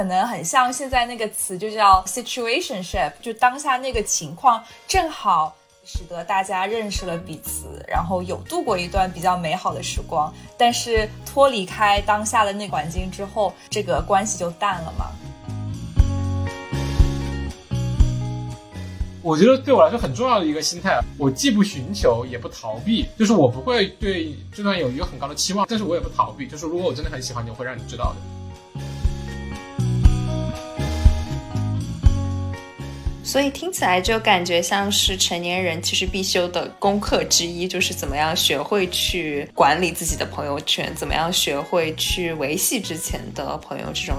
可能很像现在那个词就叫 situationship， 就当下那个情况正好使得大家认识了彼此，然后有度过一段比较美好的时光，但是脱离开当下的那个环境之后，这个关系就淡了嘛。 我觉得对我来说很重要的一个心态，我既不寻求也不逃避，就是我不会对这段友谊有很高的期望，但是我也不逃避，就是如果我真的很喜欢你，我会让你知道的。 所以听起来就感觉像是成年人其实必修的功课之一，就是怎么样学会去管理自己的朋友圈，怎么样学会去维系之前的朋友这种。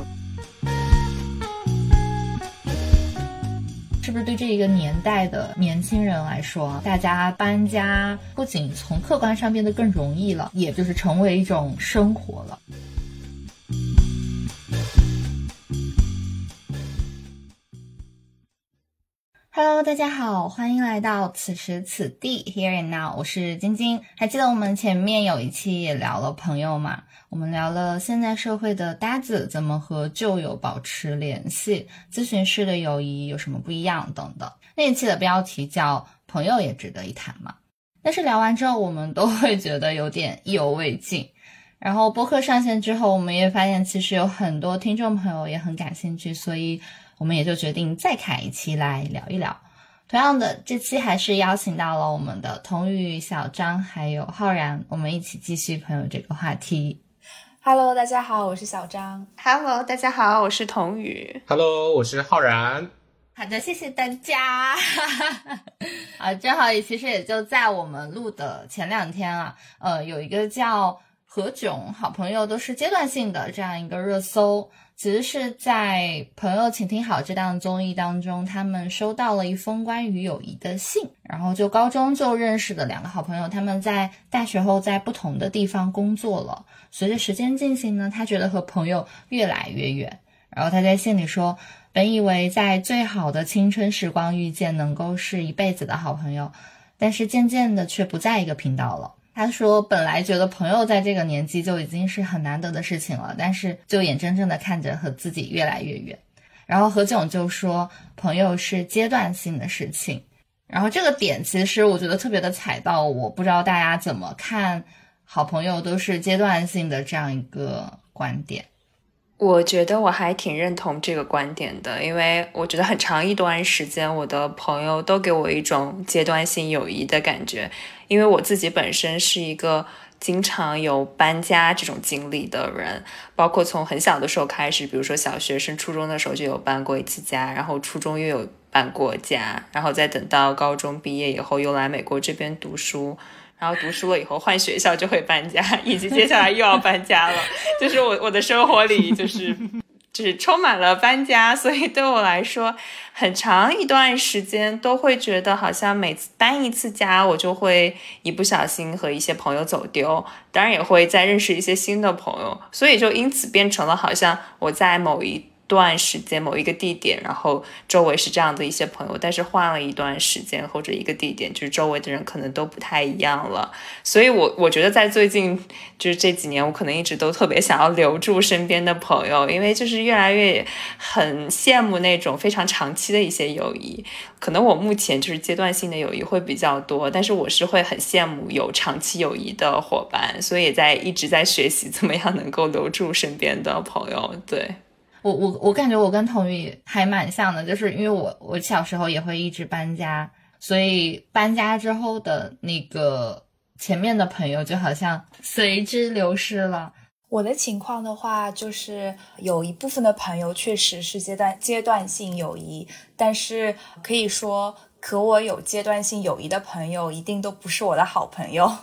是不是对这一个年代的年轻人来说，大家搬家不仅从客观上变得更容易了，也就是成为一种生活了。Hello， 大家好，欢迎来到此时此地 Here and Now， 我是晶晶。还记得我们前面有一期也聊了朋友嘛？我们聊了现在社会的搭子怎么和旧友保持联系，咨询师的友谊有什么不一样等等。那一期的标题叫朋友也值得一谈嘛。但是聊完之后我们都会觉得有点意犹未尽，然后播客上线之后，我们也发现其实有很多听众朋友也很感兴趣，所以我们也就决定再开一期来聊一聊。同样的，这期还是邀请到了我们的童宇、小张还有浩然，我们一起继续朋友这个话题。 Hello， 大家好，我是小张。 Hello， 大家好，我是童宇。 Hello， 我是浩然。 好的，谢谢大家。正好其实也就在我们录的前2天啊，有一个叫何炅好朋友都是阶段性的这样一个热搜，其实是在朋友请听好这档综艺当中，他们收到了一封关于友谊的信，然后就高中就认识的2个好朋友，他们在大学后在不同的地方工作了，随着时间进行呢，他觉得和朋友越来越远，然后他在信里说，本以为在最好的青春时光遇见能够是一辈子的好朋友，但是渐渐的却不在一个频道了。他说本来觉得朋友在这个年纪就已经是很难得的事情了，但是就眼睁睁的看着和自己越来越远。然后何炅就说朋友是阶段性的事情，然后这个点其实我觉得特别的踩到我，不知道大家怎么看好朋友都是阶段性的这样一个观点。 我觉得我还挺认同这个观点的，因为我觉得很长一段时间我的朋友都给我一种阶段性友谊的感觉，因为我自己本身是一个经常有搬家这种经历的人，包括从很小的时候开始，比如说小学升初中的时候就有搬过一次家，然后初中又有搬过家，然后再等到高中毕业以后又来美国这边读书，然后读书了以后换学校就会搬家，以及接下来又要搬家了，就是我的生活里就是充满了搬家，所以对我来说很长一段时间都会觉得好像每次搬一次家我就会一不小心和一些朋友走丢，当然也会再认识一些新的朋友，所以就因此变成了好像我在某一段时间某一个地点，然后周围是这样的一些朋友，但是换了一段时间或者一个地点，就是周围的人可能都不太一样了。所以我觉得在最近就是这几年，我可能一直都特别想要留住身边的朋友，因为就是越来越很羡慕那种非常长期的一些友谊。可能我目前就是阶段性的友谊会比较多，但是我是会很羡慕有长期友谊的伙伴，所以也一直在学习怎么样能够留住身边的朋友。对， 我感觉我跟童宇还蛮像的，就是因为我小时候也会一直搬家，所以搬家之后的那个前面的朋友就好像随之流失了。 我的情况的话，就是有一部分的朋友确实是阶段性友谊，但是可以说和我有阶段性友谊的朋友一定都不是我的好朋友。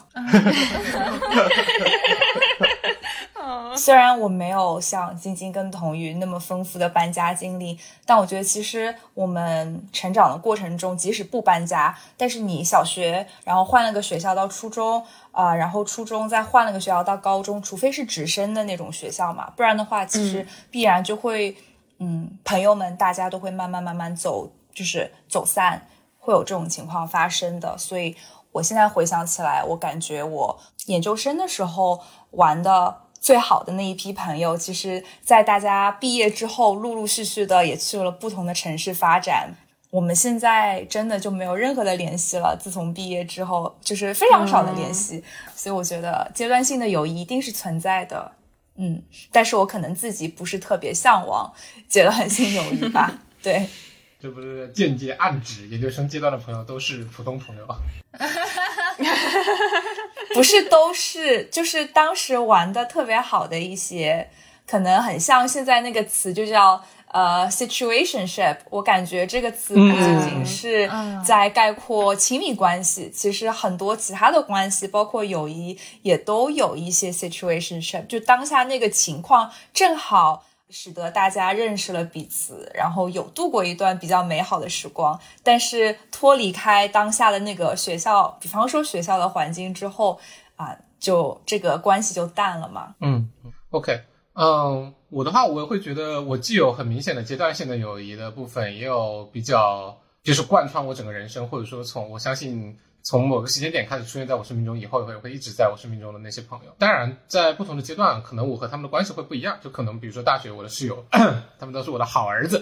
虽然我没有像晶晶跟童宇那么丰富的搬家经历，但我觉得其实我们成长的过程中，即使不搬家，但是你小学然后换了个学校到初中然后初中再换了个学校到高中，除非是直升的那种学校嘛，不然的话其实必然就会朋友们大家都会慢慢走，就是走散，会有这种情况发生的。所以我现在回想起来，我感觉我研究生的时候玩的最好的那一批朋友，其实在大家毕业之后陆陆续续的也去了不同的城市发展。我们现在真的就没有任何的联系了，自从毕业之后就是非常少的联系，所以我觉得阶段性的友谊一定是存在的。但是我可能自己不是特别向往阶段性友谊吧。对， 这不是间接暗指研究生阶段的朋友都是普通朋友？ 不是都是，就是当时玩的特别好的一些，可能很像现在那个词就叫situationship。 我感觉这个词不仅仅是在概括亲密关系，其实很多其他的关系包括友谊也都有一些 situationship， 就当下那个情况正好使得大家认识了彼此，然后有度过一段比较美好的时光，但是脱离开当下的那个学校，比方说学校的环境之后就这个关系就淡了嘛。 OK。我的话我会觉得我既有很明显的阶段性的友谊的部分，也有比较就是贯穿我整个人生，或者说我相信从某个时间点开始出现在我生命中以后也会一直在我生命中的那些朋友。当然在不同的阶段可能我和他们的关系会不一样，就可能比如说大学我的室友他们都是我的好儿子。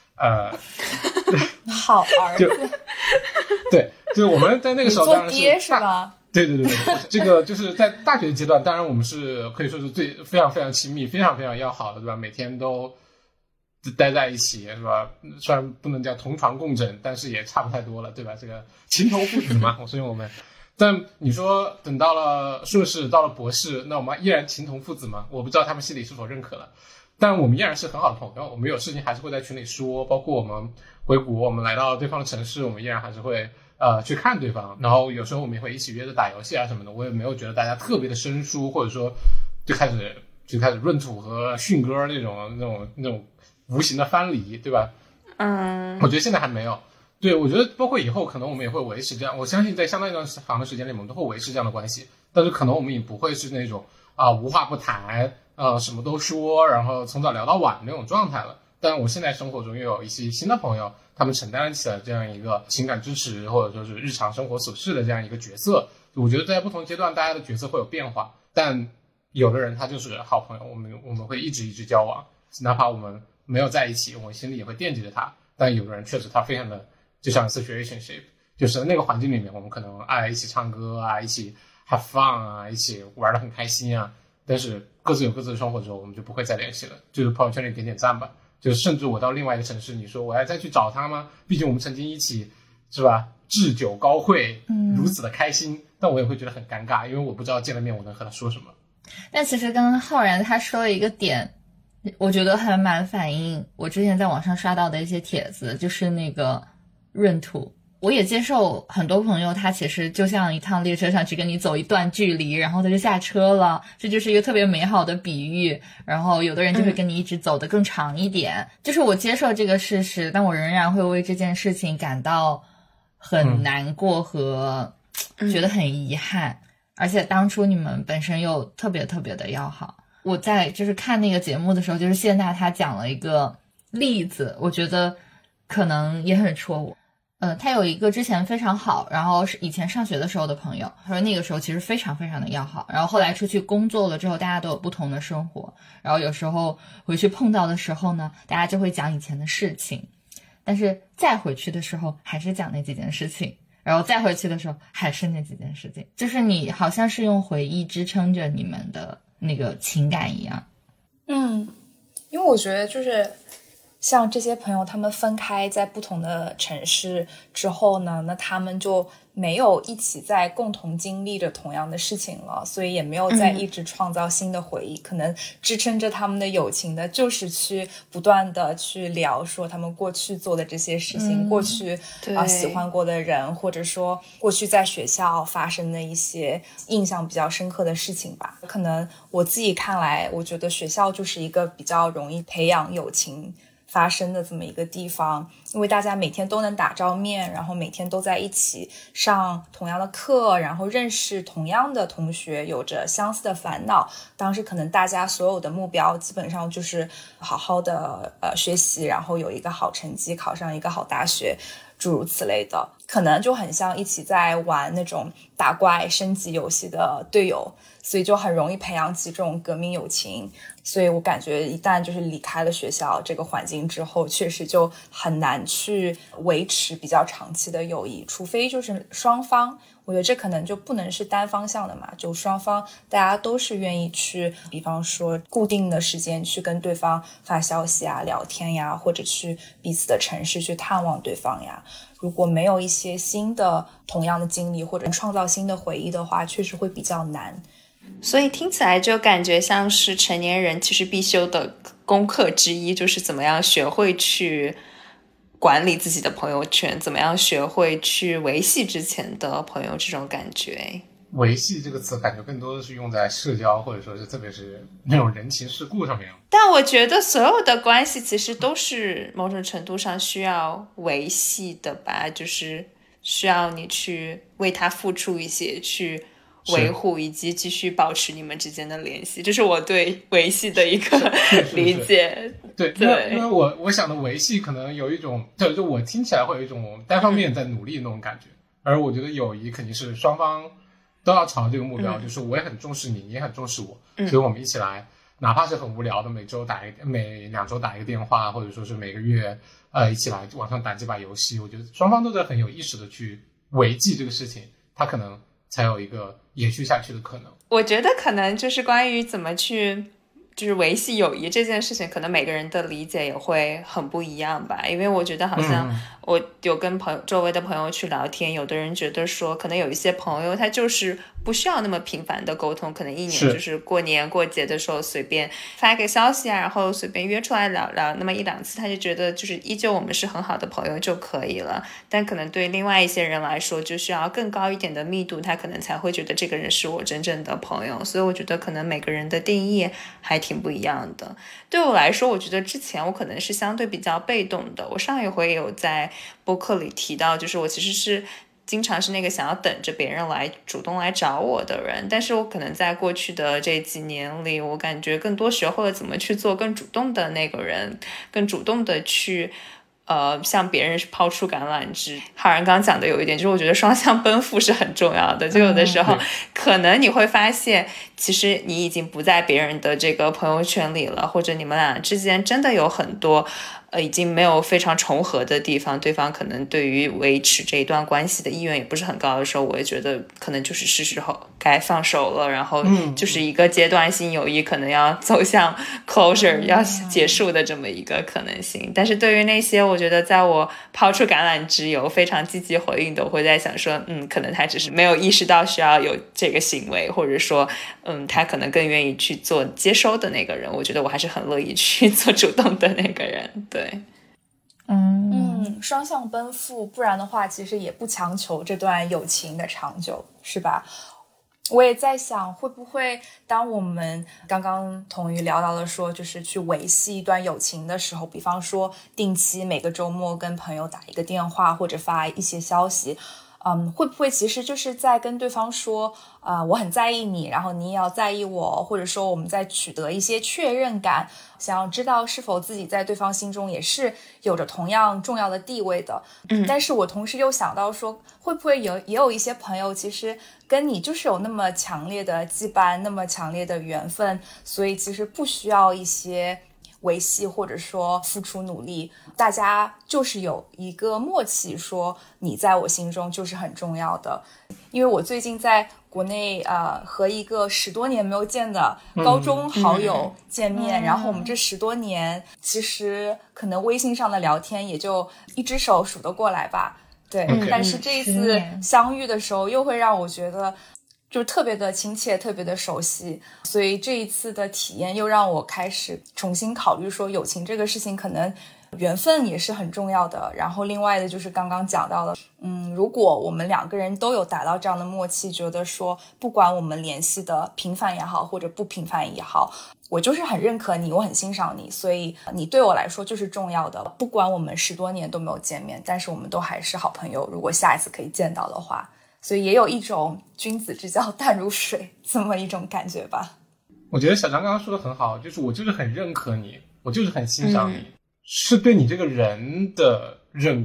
好儿子。 对，就是我们在那个时候当然是你做爹是吧？ 对，这个就是在大学阶段，当然我们是可以说是非常非常亲密，非常非常要好的，对吧？每天都待在一起，是吧？虽然不能叫同床共枕，但是也差不太多了，对吧？这个情同父子嘛，所以我们。但你说等到了硕士，到了博士，那我们依然情同父子吗？我不知道他们心里是否认可了。但我们依然是很好的朋友，我们有事情还是会在群里说，包括我们回国，我们来到对方的城市，我们依然还是会去看对方，然后有时候我们也会一起约着打游戏啊什么的。我也没有觉得大家特别的生疏，或者说就开始闰土和训歌那种无形的藩篱，对吧？我觉得现在还没有。对，我觉得包括以后可能我们也会维持这样，我相信在相当一段长的时间里我们都会维持这样的关系，但是可能我们也不会是那种无话不谈什么都说，然后从早聊到晚那种状态了。但我现在生活中又有一些新的朋友，他们承担起了这样一个情感支持或者说是日常生活琐事的这样一个角色。我觉得在不同阶段大家的角色会有变化，但有的人他就是好朋友，我们会一直交往，哪怕我们没有在一起，我们心里也会惦记着他。但有的人确实他非常的就像 situationship， 就是那个环境里面我们可能一起唱歌啊，一起 have fun 啊，一起玩得很开心啊，但是各自有各自的生活之后我们就不会再联系了，就是朋友圈里点点赞吧。就是甚至我到另外一个城市，你说我要再去找他吗？毕竟我们曾经一起是吧置酒高会，如此的开心，但我也会觉得很尴尬，因为我不知道见了面我能和他说什么。 但其实刚刚浩然他说了一个点，我觉得还蛮反映我之前在网上刷到的一些帖子，就是那个闰土。我也接受很多朋友他其实就像一趟列车上去跟你走一段距离，然后他就下车了，这就是一个特别美好的比喻。然后有的人就会跟你一直走得更长一点，就是我接受这个事实，但我仍然会为这件事情感到很难过和觉得很遗憾。而且当初你们本身又特别特别的要好。我在就是看那个节目的时候，就是谢娜她讲了一个例子，我觉得可能也很戳我。他有一个之前非常好，然后是以前上学的时候的朋友，他说那个时候其实非常非常的要好，然后后来出去工作了之后，大家都有不同的生活，然后有时候回去碰到的时候呢，大家就会讲以前的事情，但是再回去的时候还是讲那几件事情，然后再回去的时候还是那几件事情，就是你好像是用回忆支撑着你们的那个情感一样。 因为我觉得就是像这些朋友他们分开在不同的城市之后呢，那他们就没有一起在共同经历着同样的事情了，所以也没有在一直创造新的回忆，可能支撑着他们的友情的就是去不断的去聊说他们过去做的这些事情，过去喜欢过的人，或者说过去在学校发生的一些印象比较深刻的事情吧。可能我自己看来，我觉得学校就是一个比较容易培养友情发生的这么一个地方，因为大家每天都能打照面，然后每天都在一起上同样的课，然后认识同样的同学，有着相似的烦恼。当时可能大家所有的目标基本上就是好好的学习，然后有一个好成绩，考上一个好大学，诸如此类的。 可能就很像一起在玩那种打怪升级游戏的队友，所以就很容易培养起这种革命友情。所以我感觉一旦就是离开了学校这个环境之后，确实就很难去维持比较长期的友谊，除非就是双方，我觉得这可能就不能是单方向的嘛，就双方大家都是愿意去，比方说固定的时间去跟对方发消息啊、聊天呀，或者去彼此的城市去探望对方呀。如果没有一些新的同样的经历或者创造新的回忆的话，确实会比较难。 所以听起来就感觉像是成年人其实必修的功课之一，就是怎么样学会去管理自己的朋友圈，怎么样学会去维系之前的朋友，这种感觉。 维系这个词感觉更多的是用在社交，或者说是特别是那种人情世故上面。 但我觉得所有的关系其实都是某种程度上需要维系的吧，就是需要你去为他付出一些，去维护以及继续保持你们之间的联系，这是我对维系的一个理解。 对，因为我想的维系可能有一种，就我听起来会有一种单方面在努力的那种感觉，而我觉得友谊肯定是双方都要朝这个目标，就是我也很重视你，你也很重视我，所以我们一起来，哪怕是很无聊的每2周打一个电话，或者说是每个月一起来网上打几把游戏，我觉得双方都在很有意识的去维系这个事情，它可能才有一个延续下去的可能。 我觉得可能就是关于怎么去就是维系友谊这件事情，可能每个人的理解也会很不一样吧。因为我觉得好像我有跟周围的朋友去聊天，有的人觉得说可能有一些朋友他就是不需要那么频繁的沟通，可能一年就是过年过节的时候随便发一个消息啊，然后随便约出来聊聊那么1-2次，他就觉得就是依旧我们是很好的朋友就可以了。但可能对另外一些人来说就需要更高一点的密度，他可能才会觉得这个人是我真正的朋友。所以我觉得可能每个人的定义还挺不一样的。对我来说，我觉得之前我可能是相对比较被动的，我上一回有在播客里提到，就是我其实是经常是那个想要等着别人来主动来找我的人，但是我可能在过去的这几年里，我感觉更多学会了怎么去做更主动的那个人，更主动的去向别人抛出橄榄枝。浩然刚讲的有一点，就是我觉得双向奔赴是很重要的，就有的时候可能你会发现其实你已经不在别人的这个朋友圈里了，或者你们俩之间真的有很多已经没有非常重合的地方，对方可能对于维持这一段关系的意愿也不是很高的时候，我也觉得可能就是是时候该放手了，然后就是一个阶段性友谊可能要走向 closure 要结束的这么一个可能性。但是对于那些我觉得在我抛出橄榄枝有非常积极回应的，我会在想说可能他只是没有意识到需要有这个行为，或者说他可能更愿意去做接收的那个人，我觉得我还是很乐意去做主动的那个人。对， 双向奔赴，不然的话其实也不强求这段友情的长久，是吧？我也在想，会不会当我们刚刚同于聊到了说就是去维系一段友情的时候，比方说定期每个周末跟朋友打一个电话或者发一些消息，会不会其实就是在跟对方说我很在意你，然后你也要在意我，或者说我们在取得一些确认感，想要知道是否自己在对方心中也是有着同样重要的地位的。但是我同时又想到说，会不会也有一些朋友其实跟你就是有那么强烈的羁绊，那么强烈的缘分，所以其实不需要一些维系或者说付出努力，大家就是有一个默契，说你在我心中就是很重要的。因为我最近在国内和一个10多年没有见的高中好友见面，然后我们这10多年其实可能微信上的聊天也就一只手数得过来吧。对，但是这一次相遇的时候又会让我觉得就特别的亲切，特别的熟悉，所以这一次的体验又让我开始重新考虑说友情这个事情可能缘分也是很重要的。然后另外的就是刚刚讲到的如果我们2个人都有达到这样的默契，觉得说不管我们联系的频繁也好或者不频繁也好，我就是很认可你，我很欣赏你，所以你对我来说就是重要的。不管我们10多年都没有见面，但是我们都还是好朋友，如果下一次可以见到的话，所以也有一种君子之交淡如水这么一种感觉吧。 我觉得小张刚刚说的很好，就是我就是很认可你，我就是很欣赏你，是对你这个人的认可，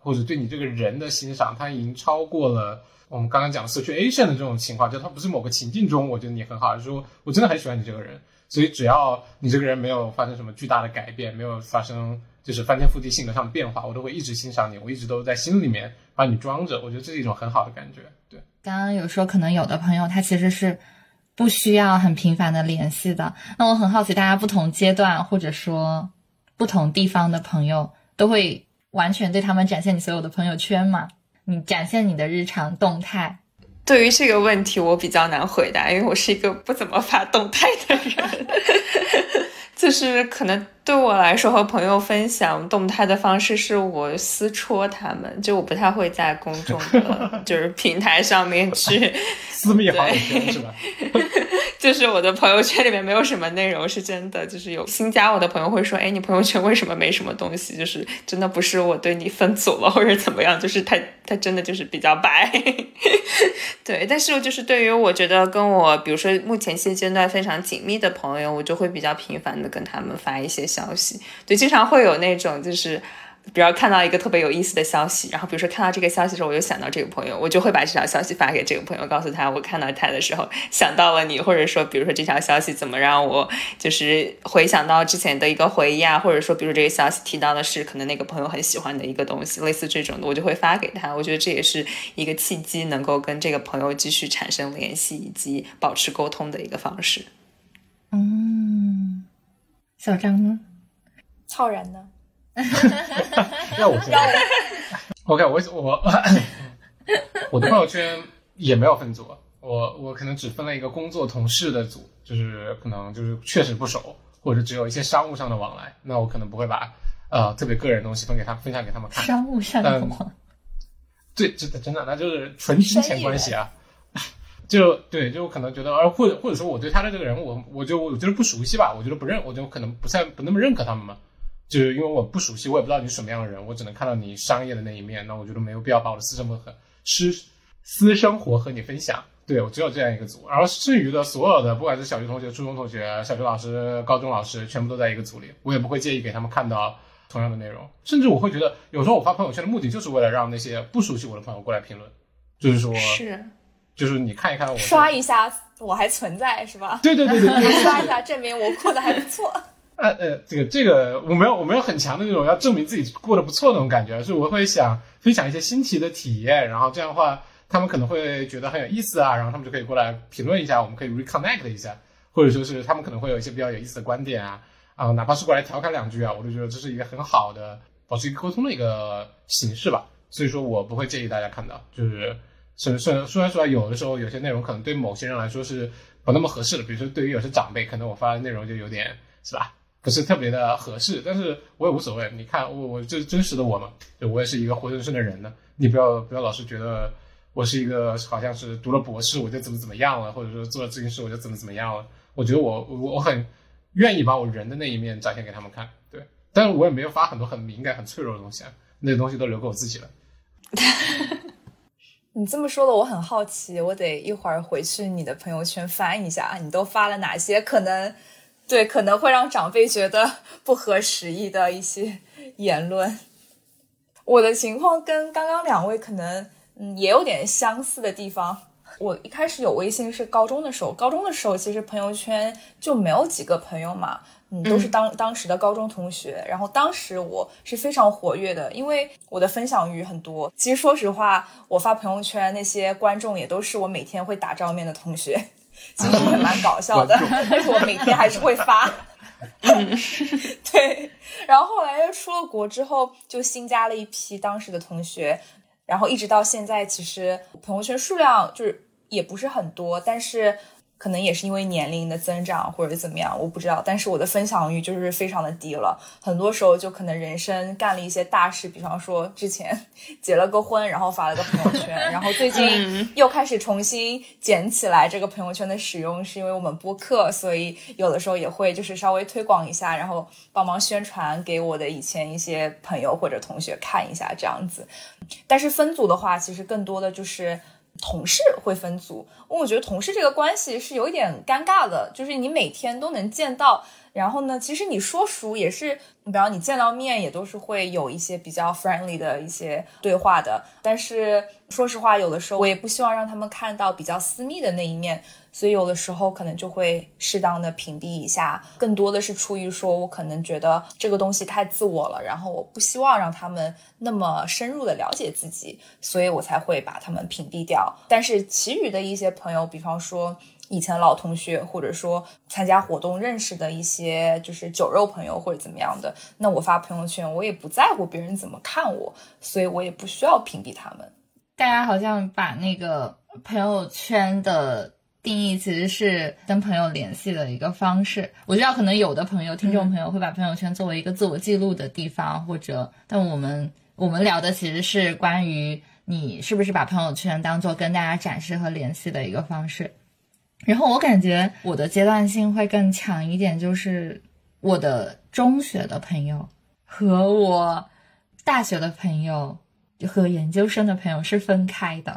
或者对你这个人的欣赏，它已经超过了我们刚刚讲的 situation 的这种情况，就它不是某个情境中我觉得你很好，而是说我真的很喜欢你这个人。所以只要你这个人没有发生什么巨大的改变，没有发生就是翻天覆地性格上的变化，我都会一直欣赏你，我一直都在心里面把你装着，我觉得这是一种很好的感觉。对， 刚刚有说可能有的朋友他其实是不需要很频繁的联系的，那我很好奇大家不同阶段或者说不同地方的朋友都会完全对他们展现你所有的朋友圈吗？你展现你的日常动态？ 对于这个问题我比较难回答，因为我是一个不怎么发动态的人就是可能对我来说和朋友分享动态的方式是我私戳他们，就我不太会在公众的就是平台上面去私密好友圈是吧就是我的朋友圈里面没有什么内容，是真的就是有新加我的朋友会说，哎，你朋友圈为什么没什么东西，就是真的不是我对你分组了或者怎么样，就是他真的就是比较白对，但是就是对于我觉得跟我比如说目前现阶段非常紧密的朋友，我就会比较频繁的跟他们发一些消息，就经常会有那种就是比如看到一个特别有意思的消息，然后比如说看到这个消息的时候我又想到这个朋友，我就会把这条消息发给这个朋友，告诉他我看到他的时候想到了你，或者说比如说这条消息怎么让我就是回想到之前的一个回忆啊，或者说比如这个消息提到的是可能那个朋友很喜欢的一个东西，类似这种的我就会发给他，我觉得这也是一个契机能够跟这个朋友继续产生联系以及保持沟通的一个方式。 小张呢？ 浩然呢？ 让我先OK， 我的朋友圈也没有分组，我可能只分了一个工作同事的组，就是可能就是确实不熟，或者只有一些商务上的往来，那我可能不会把特别个人的东西分享给他们看。 商务上的往来， 对，真的那就是纯金钱关系啊。就可能觉得，或者说我对他的这个人，我觉得不熟悉吧，我就可能不那么认可他们嘛。就是因为我不熟悉，我也不知道你是什么样的人，我只能看到你商业的那一面，那我觉得没有必要把我的私生活和你分享。对，我只有这样一个组，然后剩余的所有的，不管是小学同学、初中同学、小学老师、高中老师，全部都在一个组里，我也不会介意给他们看到同样的内容，甚至我会觉得有时候我发朋友圈的目的就是为了让那些不熟悉我的朋友过来评论，就是说就是你看一看我刷一下我还存在是吧？ 对刷一下证明我过得还不错。 这个我没有很强的那种要证明自己过得不错的那种感觉，所以我会想分享一些新奇的体验，然后这样的话他们可能会觉得很有意思啊，然后他们就可以过来评论一下，我们可以 reconnect 一下，或者说是他们可能会有一些比较有意思的观点啊，哪怕是过来调侃两句啊，我就觉得这是一个很好的保持一个沟通的一个形式吧，所以说我不会介意大家看到，就是虽然说有的时候有些内容可能对某些人来说是不那么合适的，比如说对于有些长辈可能我发的内容就有点是吧不是特别的合适，但是我也无所谓，你看我这是真实的我嘛，就我也是一个活生生的人呢，你不要老是觉得我是一个好像是读了博士我就怎么样了，或者说做了咨询师我就怎么样了，我觉得我很愿意把我人的那一面展现给他们看，对，但是我也没有发很多很敏感很脆弱的东西啊，那些东西都留给我自己了。 你这么说的我很好奇，我得一会儿回去你的朋友圈翻一下，你都发了哪些可能会让长辈觉得不合时宜的一些言论。我的情况跟刚刚两位可能也有点相似的地方。我一开始有微信是高中的时候其实朋友圈就没有几个朋友嘛，都是当时的高中同学，然后当时我是非常活跃的，因为我的分享欲很多。其实说实话，我发朋友圈那些观众也都是我每天会打照面的同学，其实也蛮搞笑的，但是我每天还是会发。对，然后后来出了国之后就新加了一批当时的同学，然后一直到现在其实朋友圈数量就是也不是很多，但是可能也是因为年龄的增长或者怎么样我不知道，但是我的分享欲就是非常的低了，很多时候就可能人生干了一些大事，比方说之前结了个婚然后发了个朋友圈，然后最近又开始重新捡起来这个朋友圈的使用，是因为我们播客，所以有的时候也会就是稍微推广一下，然后帮忙宣传给我的以前一些朋友或者同学看一下这样子。但是分组的话其实更多的就是同事会分组，我觉得同事这个关系是有一点尴尬的，就是你每天都能见到然后呢，其实你说熟也是，比方你见到面也都是会有一些比较 friendly 的一些对话的。但是说实话，有的时候我也不希望让他们看到比较私密的那一面，所以有的时候可能就会适当的屏蔽一下。更多的是出于说我可能觉得这个东西太自我了，然后我不希望让他们那么深入的了解自己，所以我才会把他们屏蔽掉。但是其余的一些朋友，比方说以前老同学，或者说参加活动认识的一些就是酒肉朋友或者怎么样的，那我发朋友圈我也不在乎别人怎么看我，所以我也不需要屏蔽他们。 大家好像把那个朋友圈的定义其实是跟朋友联系的一个方式。我知道可能有的朋友听众朋友会把朋友圈作为一个自我记录的地方，或者但我们聊的其实是关于你是不是把朋友圈当做跟大家展示和联系的一个方式。然后我感觉我的阶段性会更强一点，就是我的中学的朋友和我大学的朋友和研究生的朋友是分开的。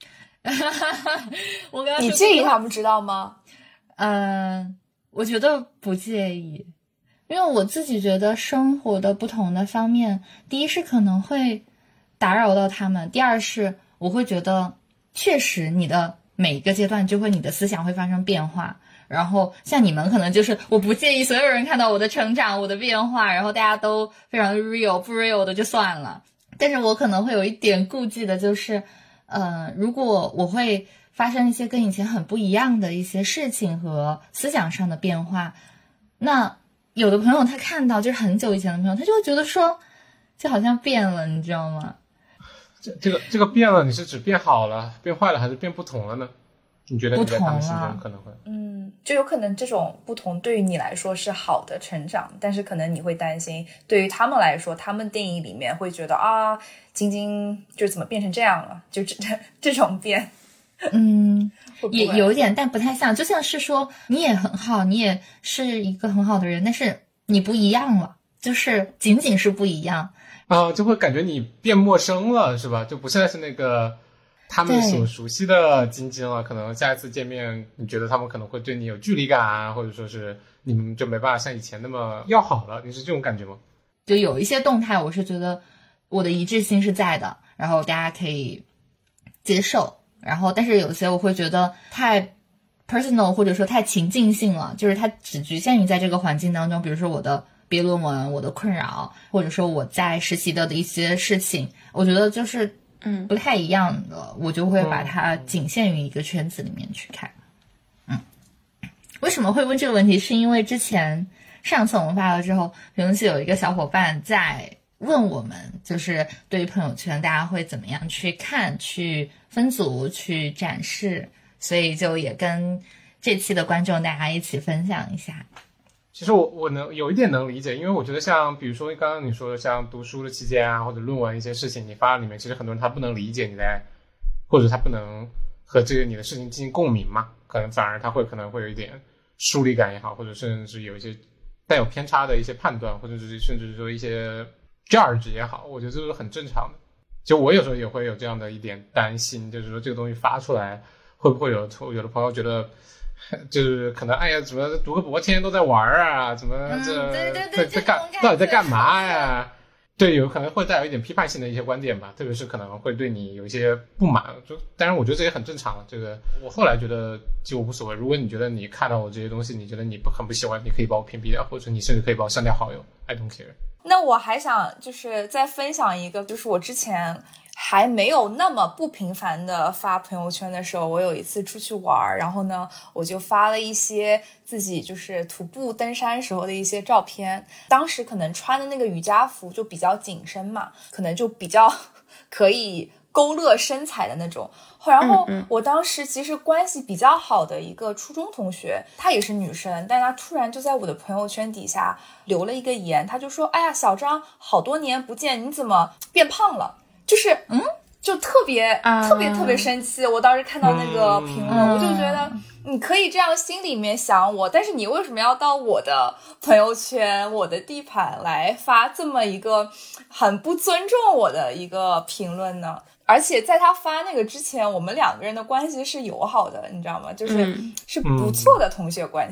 我刚刚你介意他们知道吗？ 我觉得不介意，因为我自己觉得生活的不同的方面，第一是可能会打扰到他们，第二是我会觉得确实你的每一个阶段就会你的思想会发生变化，然后像你们可能就是我不介意所有人看到我的成长我的变化，然后大家都非常 real， 不 real 的就算了。但是我可能会有一点顾忌的就是如果我会发生一些跟以前很不一样的一些事情和思想上的变化，那有的朋友他看到就是很久以前的朋友，他就会觉得说就好像变了，你知道吗？ 这个变了，你是指变好了、变坏了，还是变不同了呢？你觉得你在他们心中可能会就有可能这种不同对于你来说是好的成长，但是可能你会担心对于他们来说，他们定义里面会觉得啊，晶晶就怎么变成这样了，就这种变。 也有点，但不太像，就像是说你也很好，你也是一个很好的人，但是你不一样了，就是仅仅是不一样就会感觉你变陌生了，是吧？就不再是那个他们所熟悉的晶晶了，可能下一次见面你觉得他们可能会对你有距离感啊，或者说是你们就没办法像以前那么要好了，你是这种感觉吗？ 就有一些动态我是觉得我的一致性是在的，然后大家可以接受，然后但是有些我会觉得太 personal 或者说太情境性了，就是它只局限于在这个环境当中，比如说我的毕业论文、我的困扰，或者说我在实习的一些事情，我觉得就是不太一样的，我就会把它仅限于一个圈子里面去看。为什么会问这个问题？是因为之前上次我们发了之后，评论区有一个小伙伴在问我们，就是对于朋友圈大家会怎么样去看、去分组、去展示，所以就也跟这期的观众大家一起分享一下。 其实我能有一点能理解，因为我觉得像比如说刚刚你说的像读书的期间啊，或者论文一些事情你发里面，其实很多人他不能理解你在，或者他不能和这个你的事情进行共鸣嘛，可能反而他可能会有一点疏离感也好，或者甚至是有一些带有偏差的一些判断，或者是甚至是说一些 judge 也好，我觉得这都是很正常的。就我有时候也会有这样的一点担心，就是说这个东西发出来会不会有的朋友觉得就是可能哎呀，怎么读个博天天都在玩啊，怎么到底在干嘛呀？对，有可能会带有一点批判性的一些观点吧，特别是可能会对你有一些不满。当然我觉得这也很正常了，这个我后来觉得就无所谓。如果你觉得你看到我这些东西，你觉得你很不喜欢，你可以把我屏蔽掉，或者你甚至可以把我删掉好友 I don't care。 那我还想就是再分享一个，就是我之前还没有那么不频繁的发朋友圈的时候，我有一次出去玩，然后呢我就发了一些自己就是徒步登山时候的一些照片，当时可能穿的那个瑜伽服就比较紧身嘛，可能就比较可以勾勒身材的那种。然后我当时其实关系比较好的一个初中同学，她也是女生，但她突然就在我的朋友圈底下留了一个言，她就说哎呀小张好多年不见，你怎么变胖了，就是就特别生气。我当时看到那个评论，我就觉得你可以这样心里面想我，但是你为什么要到我的朋友圈我的地盘来发这么一个很不尊重我的一个评论呢？而且在他发那个之前，我们两个人的关系是友好的，你知道吗？就是是不错的同学关系。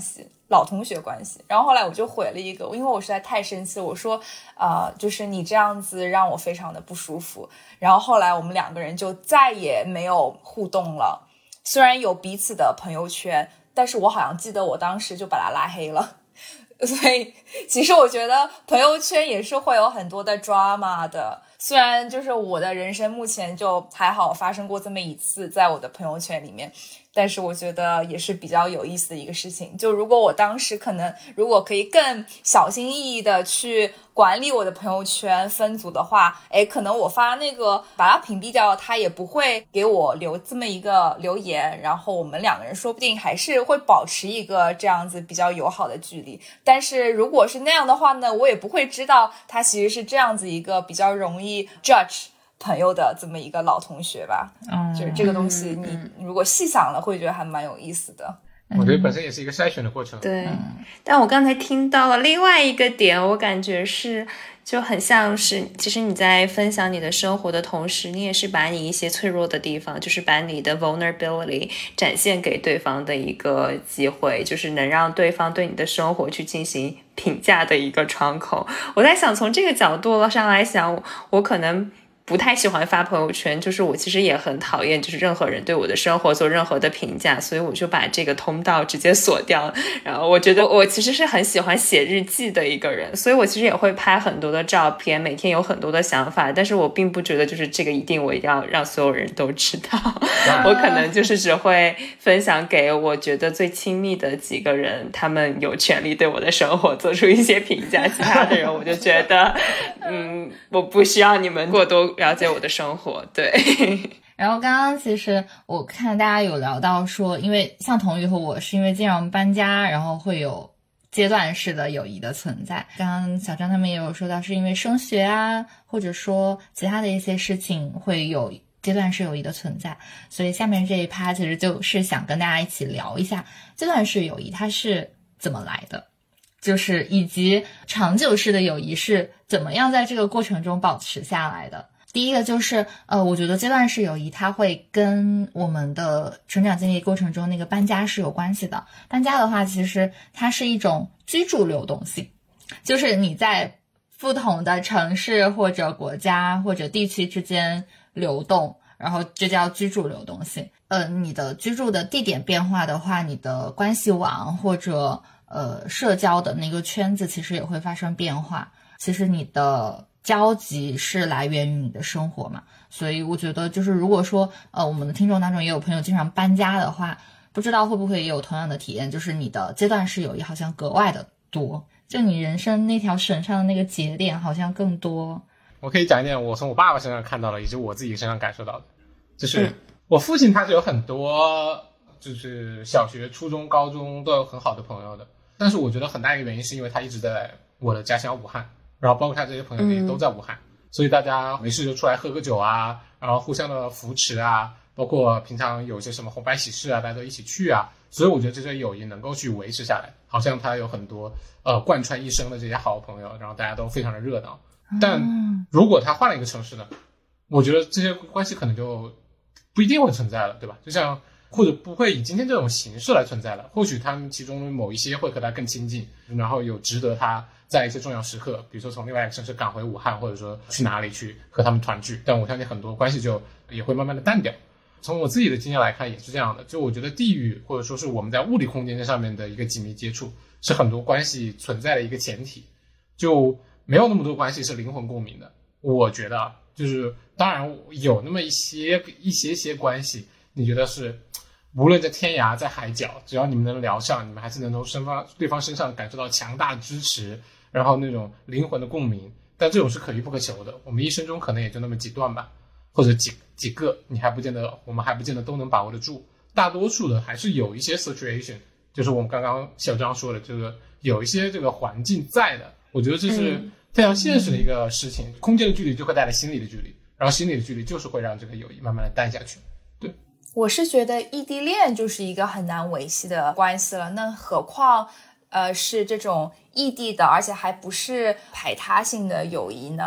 老同学关系。然后后来我就回了一个，因为我实在太生气了，我说就是你这样子让我非常的不舒服。然后后来我们两个人就再也没有互动了，虽然有彼此的朋友圈，但是我好像记得我当时就把他拉黑了。所以其实我觉得朋友圈也是会有很多的 drama 的，虽然就是我的人生目前就还好发生过这么一次在我的朋友圈里面，但是我觉得也是比较有意思的一个事情。就如果我当时如果可以更小心翼翼的去管理我的朋友圈分组的话，可能我发那个把它屏蔽掉，他也不会给我留这么一个留言，然后我们两个人说不定还是会保持一个这样子比较友好的距离。但是如果是那样的话呢，我也不会知道他其实是这样子一个比较容易 judge朋友的这么一个老同学吧。就是这个东西你如果细想了会觉得还蛮有意思的。 我觉得本身也是一个筛选的过程。 对，但我刚才听到了另外一个点，我感觉是就很像是其实你在分享你的生活的同时，你也是把你一些脆弱的地方，就是把你的 vulnerability 展现给对方的一个机会，就是能让对方对你的生活去进行评价的一个窗口。我在想从这个角度上来想，我可能不太喜欢发朋友圈，就是我其实也很讨厌就是任何人对我的生活做任何的评价，所以我就把这个通道直接锁掉。然后我觉得我其实是很喜欢写日记的一个人，所以我其实也会拍很多的照片，每天有很多的想法，但是我并不觉得就是这个一定我一定要让所有人都知道。我可能就是只会分享给我觉得最亲密的几个人，他们有权利对我的生活做出一些评价，其他的人我就觉得我不需要你们过多了解我的生活。对。 然后刚刚其实我看大家有聊到说，因为像童宇和我是因为经常搬家，然后会有阶段式的友谊的存在。刚刚小张他们也有说到是因为升学啊，或者说其他的一些事情会有阶段式友谊的存在。所以下面这一趴其实就是想跟大家一起聊一下阶段式友谊它是怎么来的，就是以及长久式的友谊是怎么样在这个过程中保持下来的。第一个就是我觉得阶段式友谊它会跟我们的成长经历过程中那个搬家是有关系的。搬家的话其实它是一种居住流动性，就是你在不同的城市或者国家或者地区之间流动，然后这叫居住流动性。你的居住的地点变化的话，你的关系网或者社交的那个圈子其实也会发生变化。其实你的交集是来源于你的生活嘛，所以我觉得就是如果说我们的听众当中也有朋友经常搬家的话，不知道会不会也有同样的体验，就是你的阶段式友谊好像格外的多，就你人生那条绳上的那个节点好像更多。 我可以讲一点我从我爸爸身上看到的，以及我自己身上感受到的，就是我父亲他是有很多就是小学、初中、高中都有很好的朋友的，但是我觉得很大一个原因是因为他一直在我的家乡武汉，然后包括他这些朋友也都在武汉，所以大家没事就出来喝个酒啊，然后互相的扶持啊，包括平常有些什么红白喜事啊，大家都一起去啊，所以我觉得这些友谊能够去维持下来，好像他有很多贯穿一生的这些好朋友，然后大家都非常的热闹。但如果他换了一个城市呢，我觉得这些关系可能就不一定会存在了，对吧？就像或者不会以今天这种形式来存在了，或许他们其中某一些会和他更亲近，然后有值得他在一些重要时刻，比如说从另外一个城市赶回武汉，或者说去哪里去和他们团聚，但我相信很多关系就也会慢慢的淡掉。从我自己的经验来看也是这样的，就我觉得地域或者说是我们在物理空间上面的一个紧密接触是很多关系存在的一个前提，就没有那么多关系是灵魂共鸣的。我觉得就是当然有那么一些关系你觉得是无论在天涯在海角，只要你们能聊上，你们还是能从对方身上感受到强大的支持，然后那种灵魂的共鸣，但这种是可遇不可求的，我们一生中可能也就那么几段吧，或者几个我们还不见得都能把握得住，大多数的还是有一些 situation， 就是我们刚刚小张说的这个有一些这个环境在的，我觉得这是非常现实的一个事情，空间的距离就会带来心理的距离，然后心理的距离就是会让这个友谊慢慢的淡下去。对， 我是觉得异地恋就是一个很难维系的关系了，那何况是这种异地的而且还不是排他性的友谊呢？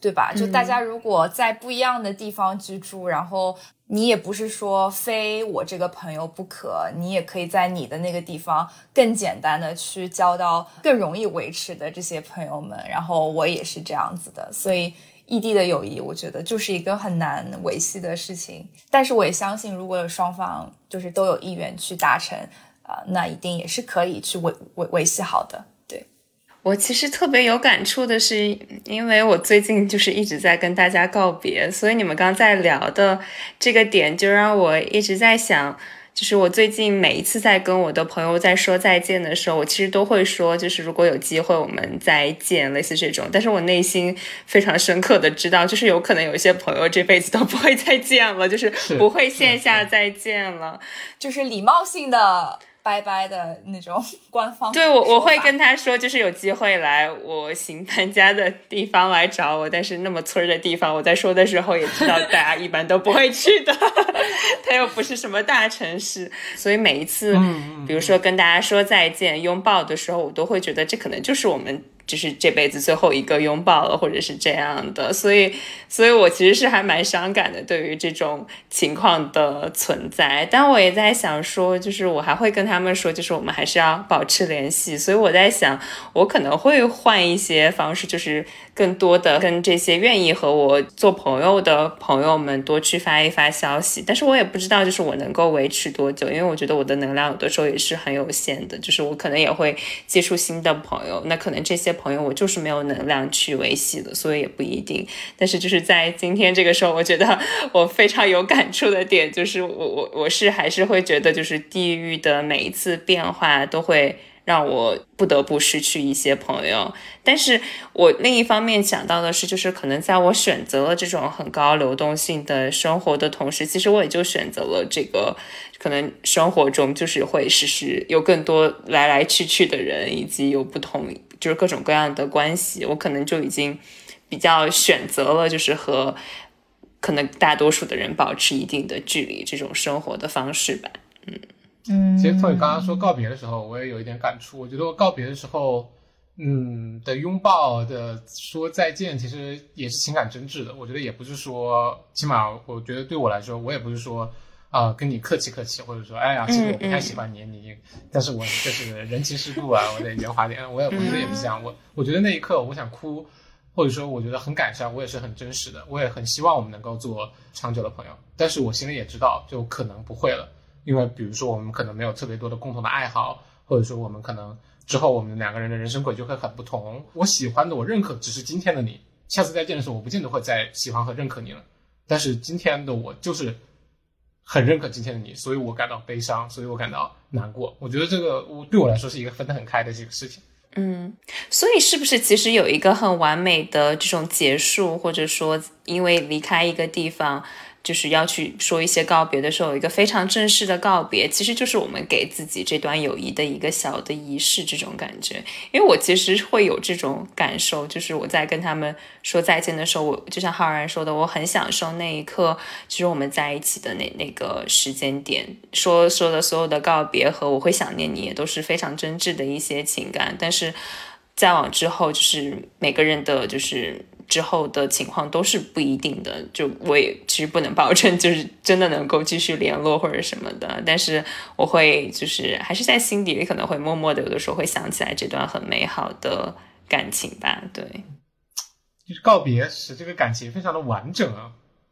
对吧？就大家如果在不一样的地方居住，然后你也不是说非我这个朋友不可，你也可以在你的那个地方更简单的去交到更容易维持的这些朋友们，然后我也是这样子的，所以异地的友谊我觉得就是一个很难维系的事情，但是我也相信如果双方就是都有意愿去达成那一定也是可以去维系好的。对， 我其实特别有感触的是，因为我最近就是一直在跟大家告别，所以你们刚在聊的这个点就让我一直在想，就是我最近每一次在跟我的朋友在说再见的时候，我其实都会说就是如果有机会我们再见，类似这种，但是我内心非常深刻的知道，就是有可能有一些朋友这辈子都不会再见了，就是不会线下再见了， 就是礼貌性的拜拜的那种官方。 对，我会跟他说就是有机会来我新搬家的地方来找我，但是那么村的地方我在说的时候也知道大家一般都不会去的它又不是什么大城市，所以每一次比如说跟大家说再见拥抱的时候，我都会觉得这可能就是我们就是这辈子最后一个拥抱了，或者是这样的，所以我其实是还蛮伤感的对于这种情况的存在，但我也在想说就是我还会跟他们说就是我们还是要保持联系，所以我在想我可能会换一些方式，就是更多的跟这些愿意和我做朋友的朋友们多去发一发消息，但是我也不知道就是我能够维持多久，因为我觉得我的能量有的时候也是很有限的，就是我可能也会接触新的朋友，那可能这些朋友我就是没有能量去维系的，所以也不一定。但是就是在今天这个时候，我觉得我非常有感触的点就是我是还是会觉得就是地域的每一次变化都会让我不得不失去一些朋友，但是我另一方面想到的是就是可能在我选择了这种很高流动性的生活的同时，其实我也就选择了这个可能生活中就是会时时有更多来来去去的人，以及有不同就是各种各样的关系，我可能就已经比较选择了就是和可能大多数的人保持一定的距离这种生活的方式吧。 其实从你刚刚说告别的时候我也有一点感触，我觉得我告别的时候的拥抱的说再见其实也是情感真挚的，我觉得也不是说起码我觉得对我来说我也不是说跟你客气客气，或者说哎呀其实我不太喜欢你但是我就是人情世故啊我得圆滑点，我觉得也不是这样，我觉得那一刻我想哭，或者说我觉得很感伤，我也是很真实的，我也很希望我们能够做长久的朋友，但是我心里也知道就可能不会了，因为比如说我们可能没有特别多的共同的爱好，或者说我们可能之后我们两个人的人生轨迹会很不同，我喜欢的我认可只是今天的你，下次再见的时候我不见得会再喜欢和认可你了，但是今天的我就是很认可今天的你，所以我感到悲伤，所以我感到难过，我觉得这个对我来说是一个分得很开的这个事情。 所以是不是其实有一个很完美的这种结束，或者说因为离开一个地方就是要去说一些告别的时候有一个非常正式的告别，其实就是我们给自己这段友谊的一个小的仪式，这种感觉。因为我其实会有这种感受，就是我在跟他们说再见的时候，我就像浩然说的，我很享受那一刻就是我们在一起的那个时间点，说的所有的告别和我会想念你也都是非常真挚的一些情感，但是再往之后就是每个人的就是之后的情况都是不一定的，就我也其实不能保证就是真的能够继续联络或者什么的，但是我会就是还是在心底里可能会默默的有的时候会想起来这段很美好的感情吧。对， 就是告别使这个感情非常的完整啊。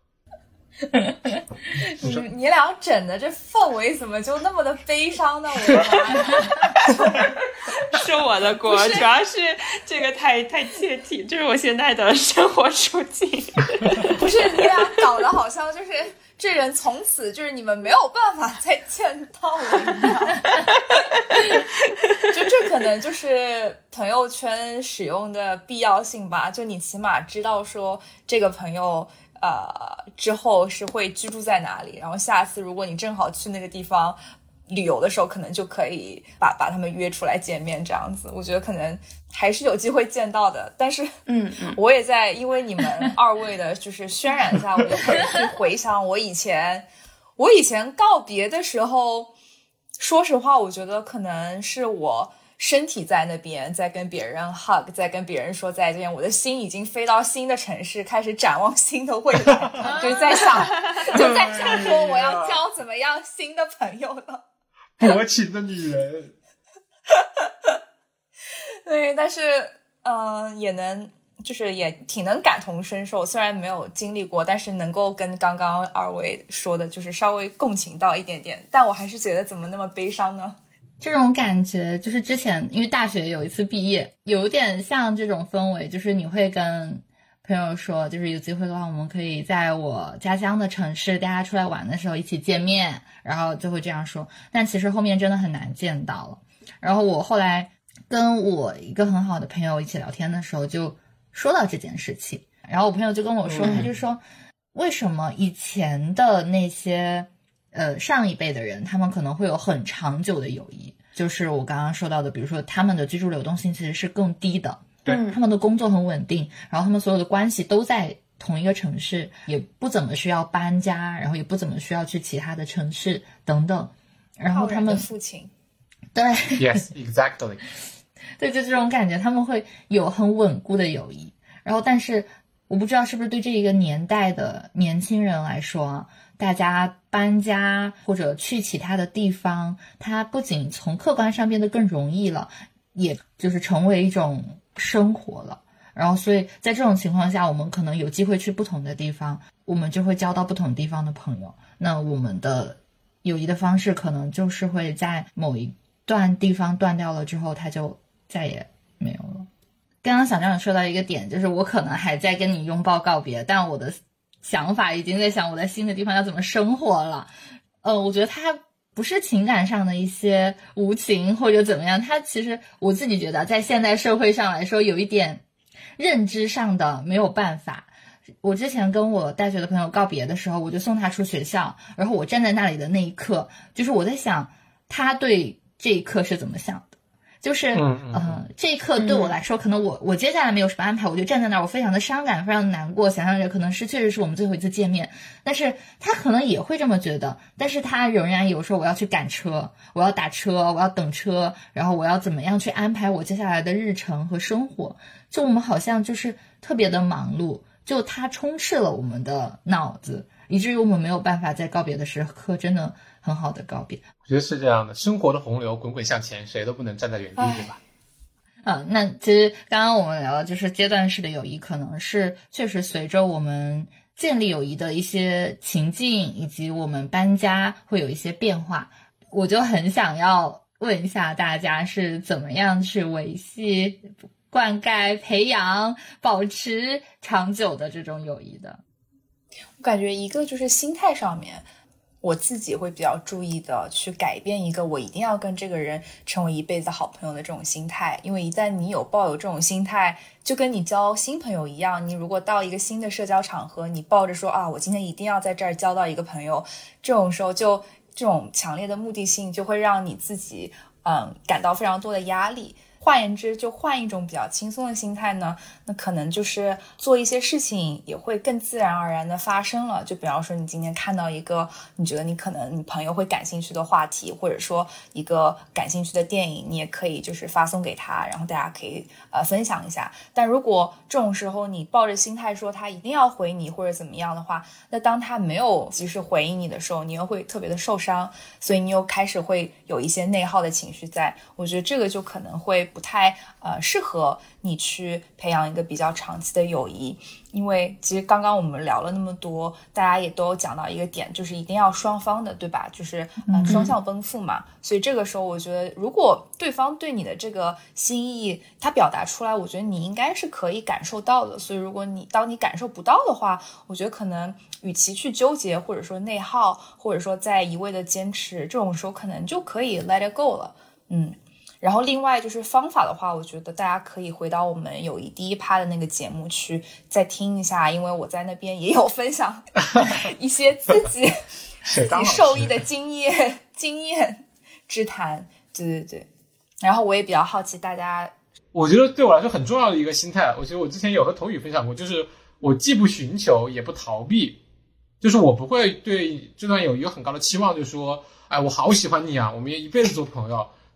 你俩整的这氛围怎么就那么的悲伤呢？我的妈呀！ 是我的锅，主要是这个太切题，这是我现在的生活处境。 不是你俩搞得好像就是这人从此就是你们没有办法再见到了一样。就这可能就是朋友圈使用的必要性吧，就你起码知道说这个朋友之后是会居住在哪里，然后下次如果你正好去那个地方旅游的时候，可能就可以把他们约出来见面，这样子我觉得可能还是有机会见到的。但是我也在因为你们二位的就是渲染下，我就开始去回想我以前告别的时候，说实话我觉得可能是我身体在那边在跟别人 hug， 在跟别人说再见，我的心已经飞到新的城市，开始展望新的未来，就在想说我要交怎么样新的朋友了。 薄情的女人。 对，但是也挺能感同身受，虽然没有经历过，但是能够跟刚刚二位说的就是稍微共情到一点点，但我还是觉得怎么那么悲伤呢？ 这种感觉就是之前因为大学有一次毕业，有点像这种氛围，就是你会跟朋友说，就是有机会的话我们可以在我家乡的城市大家出来玩的时候一起见面，然后就会这样说，但其实后面真的很难见到了。然后我后来跟我一个很好的朋友一起聊天的时候就说到这件事情，然后我朋友就跟我说，他就说为什么以前的那些上一辈的人他们可能会有很长久的友谊，就是我刚刚说到的，比如说他们的居住流动性其实是更低的， 对， 他们的工作很稳定，然后他们所有的关系都在同一个城市，也不怎么需要搬家，然后也不怎么需要去其他的城市等等，然后他们父亲， 对 Yes, exactly 对，就这种感觉，他们会有很稳固的友谊。然后但是我不知道是不是对这一个年代的年轻人来说，大家搬家或者去其他的地方，它不仅从客观上变得更容易了，也就是成为一种生活了。然后所以在这种情况下，我们可能有机会去不同的地方，我们就会交到不同地方的朋友，那我们的友谊的方式可能就是会在某一段地方断掉了之后，它就再也没有了。刚刚小张有说到一个点，就是我可能还在跟你拥抱告别，但我的想法已经在想我在新的地方要怎么生活了。我觉得它不是情感上的一些无情或者怎么样，它其实我自己觉得在现代社会上来说有一点认知上的没有办法。我之前跟我大学的朋友告别的时候，我就送他出学校，然后我站在那里的那一刻，就是我在想他对这一刻是怎么想的。就是这一刻对我来说，可能我接下来没有什么安排，我就站在那儿，我非常的伤感，非常的难过，想象着可能确实是我们最后一次见面，但是他可能也会这么觉得，但是他仍然有说我要去赶车，我要打车，我要等车，然后我要怎么样去安排我接下来的日程和生活，就我们好像就是特别的忙碌，就它充斥了我们的脑子，以至于我们没有办法在告别的时刻真的很好的告别。 我觉得是这样的，生活的洪流滚滚向前，谁都不能站在原地，对吧？ 那其实刚刚我们聊的就是阶段式的友谊，可能是确实随着我们建立友谊的一些情境以及我们搬家会有一些变化。我就很想要问一下大家是怎么样去维系、灌溉、培养、保持长久的这种友谊的。 我感觉一个就是心态上面，我自己会比较注意的去改变一个我一定要跟这个人成为一辈子好朋友的这种心态。因为一旦你抱有这种心态，就跟你交新朋友一样，你如果到一个新的社交场合，你抱着说我今天一定要在这儿交到一个朋友，这种时候就这种强烈的目的性就会让你自己感到非常多的压力。换言之，就换一种比较轻松的心态呢，那可能就是做一些事情也会更自然而然的发生了。就比方说你今天看到一个你觉得你可能你朋友会感兴趣的话题，或者说一个感兴趣的电影，你也可以就是发送给他，然后大家可以分享一下。但如果这种时候你抱着心态说他一定要回你或者怎么样的话，那当他没有及时回应你的时候，你又会特别的受伤，所以你又开始会有一些内耗的情绪在。我觉得这个就可能会不太适合你去培养一个比较长期的友谊。因为其实刚刚我们聊了那么多，大家也都讲到一个点，就是一定要双方的，对吧？就是双向奔赴嘛。所以这个时候我觉得如果对方对你的这个心意他表达出来，我觉得你应该是可以感受到的。所以如果当你感受不到的话，我觉得可能与其去纠结或者说内耗，或者说在一味的坚持，这种时候可能就可以 let it go 了。然后另外就是方法的话，我觉得大家可以回到我们友谊第一趴的那个节目去再听一下，因为我在那边也有分享一些自己受益的经验之谈。对，然后我也比较好奇大家， 我觉得对我来说很重要的一个心态，我觉得我之前有和童宇分享过，就是我既不寻求也不逃避，就是我不会对这段友谊有很高的期望，就是说我好喜欢你啊，我们也一辈子做朋友，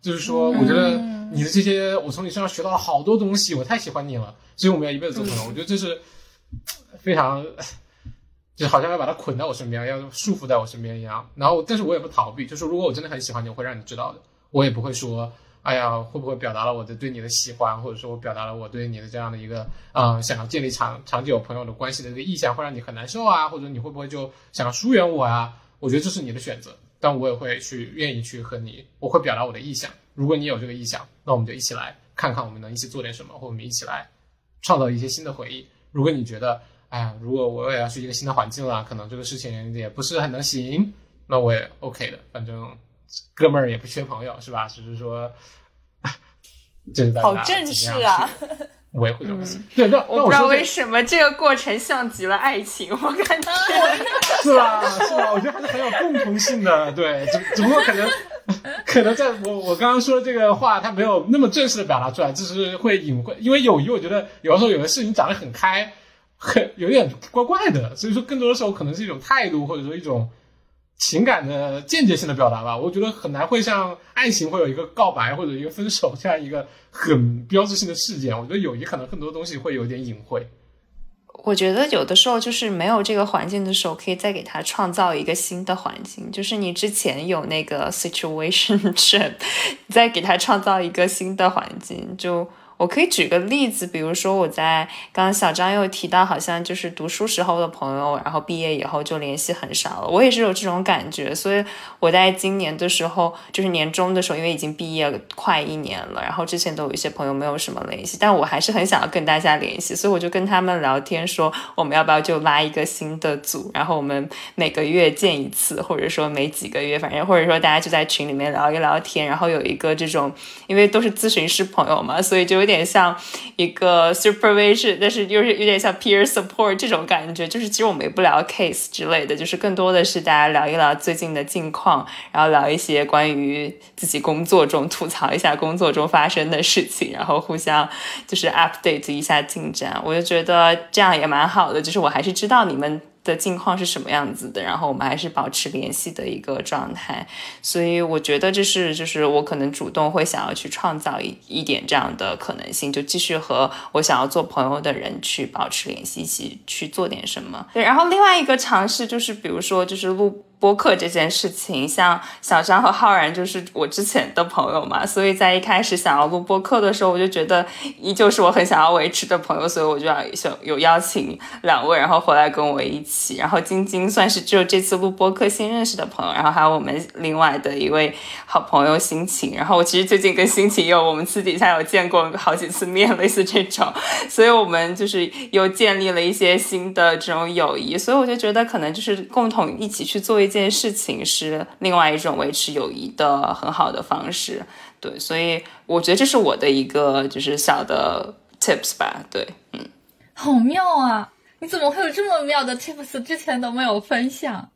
就是说我觉得你的这些我从你身上学到了好多东西，我太喜欢你了，所以我们要一辈子做朋友。我觉得这是非常就好像要把它捆在我身边，要束缚在我身边一样。然后但是我也不逃避，就是如果我真的很喜欢你，我会让你知道的。我也不会说哎呀会不会表达了我的对你的喜欢，或者说我表达了我对你的这样的一个想要建立长久朋友的关系的这个意向，会让你很难受啊，或者你会不会就想要疏远我啊。我觉得这是你的选择，但我也会愿意去和你，我会表达我的意向。如果你有这个意向，那我们就一起来看看我们能一起做点什么，或者我们一起来创造一些新的回忆。如果你觉得哎呀如果我也要去一个新的环境了，可能这个事情也不是很能行，那我也 OK 的，反正哥们儿也不缺朋友是吧，只是说这是好正式啊维护关系。对，那我不知道为什么这个过程像极了爱情，我感觉是吧？我觉得还是很有共同性的。对，只不过可能在我刚刚说的这个话，它没有那么正式的表达出来，就是会隐晦。因为友谊，我觉得有的时候有的事情讲得很开，有点怪怪的，所以说更多的时候可能是一种态度，或者说一种情感的间接性的表达吧。我觉得很难会像爱情会有一个告白或者一个分手这样一个很标志性的事件。我觉得友谊可能很多东西会有点隐晦。 我觉得有的时候就是没有这个环境的时候，可以再给他创造一个新的环境，就是你之前有那个 situationship， 再给他创造一个新的环境。就我可以举个例子，比如说我在刚刚小张又提到好像就是读书时候的朋友，然后毕业以后就联系很少了，我也是有这种感觉。所以我在今年的时候，就是年终的时候，因为已经毕业快1年了，然后之前都有一些朋友没有什么联系，但我还是很想要跟大家联系，所以我就跟他们聊天说我们要不要就拉一个新的组，然后我们每个月见一次，或者说每几个月，反正或者说大家就在群里面聊一聊天，然后有一个这种，因为都是咨询师朋友嘛，所以就有点像一个 supervision， 但是又是有点像 peer support 这种感觉。就是其实我们也不聊 case 之类的，就是更多的是大家聊一聊最近的近况，然后聊一些关于自己工作中吐槽一下工作中发生的事情，然后互相就是 update 一下进展。我就觉得这样也蛮好的，就是我还是知道你们的近况是什么样子的，然后我们还是保持联系的一个状态。所以我觉得这是就是我可能主动会想要去创造一点这样的可能性，就继续和我想要做朋友的人去保持联系，一起去做点什么。对，然后另外一个尝试就是比如说就是录播客这件事情，像小张和浩然就是我之前的朋友嘛，所以在一开始想要录播客的时候，我就觉得依旧是我很想要维持的朋友，所以我就有邀请2位然后回来跟我一起。然后晶晶算是只有这次录播客新认识的朋友，然后还有我们另外的一位好朋友心情，然后我其实最近跟心情我们私底下有见过好几次面，类似这种，所以我们就是又建立了一些新的这种友谊。所以我就觉得可能就是共同一起去做一件事情是另外一种维持友谊的很好的方式。对，所以我觉得这是我的一个就是小的 tips 吧。对， 好妙啊，你怎么会有这么妙的 tips， 之前都没有分享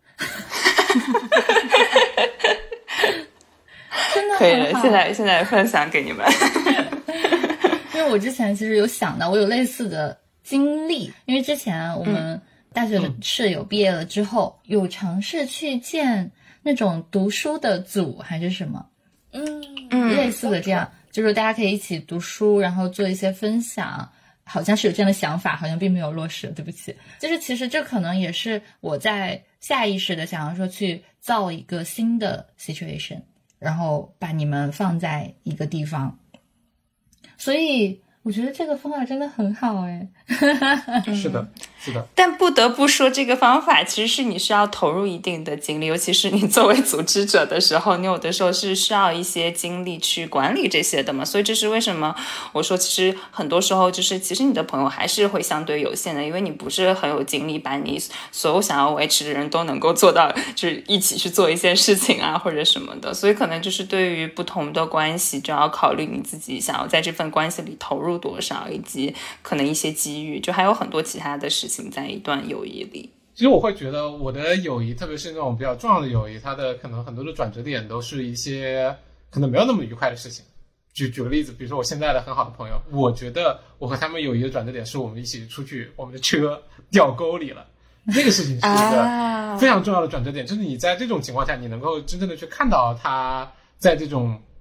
真的很好， 可以了，现在分享给你们因为我之前其实有想到我有类似的经历，因为之前我们大学的室友毕业了之后，有尝试去建那种读书的组还是什么类似的，这样就是大家可以一起读书，然后做一些分享，好像是有这样的想法，好像并没有落实，对不起。就是其实这可能也是我在下意识的想要说去造一个新的 situation， 然后把你们放在一个地方，所以我觉得这个方法真的很好哎。 是的。 但不得不说这个方法其实是你需要投入一定的精力，尤其是你作为组织者的时候，你有的时候是需要一些精力去管理这些的嘛。所以这是为什么我说其实很多时候就是其实你的朋友还是会相对有限的，因为你不是很有精力把你所有想要维持的人都能够做到就是一起去做一些事情啊或者什么的。所以可能就是对于不同的关系就要考虑你自己想要在这份关系里投入多少，以及可能一些机遇，就还有很多其他的事情在一段友谊里。 其实我会觉得我的友谊，特别是那种比较重要的友谊，它的可能很多的转折点都是一些可能没有那么愉快的事情。举个例子，比如说我现在的很好的朋友，我觉得我和他们友谊的转折点是我们一起出去，我们的车掉沟里了，那个事情是一个非常重要的转折点。就是你在这种情况下，你能够真正的去看到他在这种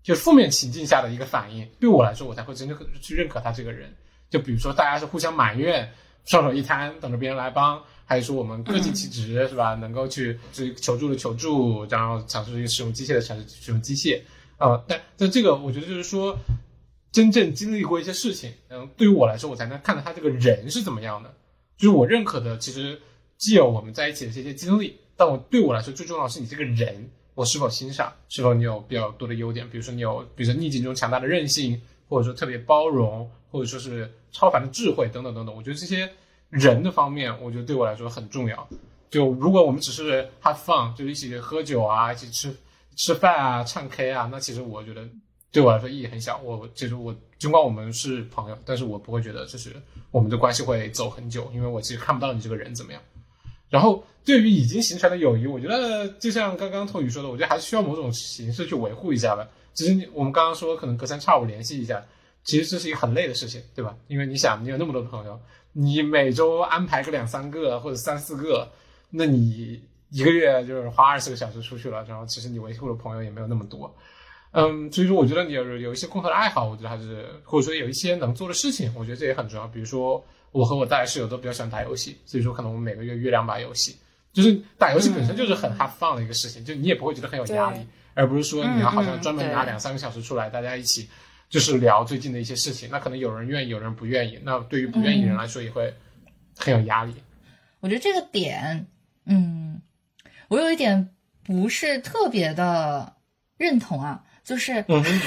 就是负面情境下的一个反应，对我来说我才会真正去认可他这个人。就比如说大家是互相埋怨，双手一摊等着别人来帮，还是说我们各尽其职，是吧？能够去求助的求助，然后尝试使用机械的尝试使用机械。但这个我觉得就是说真正经历过一些事情，对于我来说我才能看到他这个人是怎么样的。就是我认可的其实既有我们在一起的这些经历，但对我来说最重要的是你这个人，我是否欣赏，是否你有比较多的优点，比如说逆境中强大的韧性，或者说特别包容，或者说是超凡的智慧等等等等。我觉得这些人的方面我觉得对我来说很重要。就如果我们只是 have fun， 就一起喝酒啊，一起吃饭啊，唱 K 啊，那其实我觉得对我来说意义很小。其实尽管我们是朋友，但是我不会觉得就是我们的关系会走很久，因为我其实看不到你这个人怎么样。然后对于已经形成的友谊，我觉得就像刚刚透宇说的，我觉得还是需要某种形式去维护一下吧。其实我们刚刚说可能隔三差五联系一下，其实这是一个很累的事情，对吧？因为你想你有那么多朋友，你每周安排个2-3个或者3-4个，那你一个月就是花20个小时出去了，然后其实你维护的朋友也没有那么多。所以说我觉得你有一些共同的爱好，我觉得还是或者说有一些能做的事情，我觉得这也很重要。比如说我和我大学室友都比较喜欢打游戏，所以说可能我们每个月约2把游戏，就是打游戏本身就是很 have fun 的一个事情，就你也不会觉得很有压力，而不是说你要好像专门拿2-3个小时出来大家一起就是聊最近的一些事情。那可能有人愿意有人不愿意，那对于不愿意的人来说也会很有压力。 我觉得这个点我有一点不是特别的认同啊，就是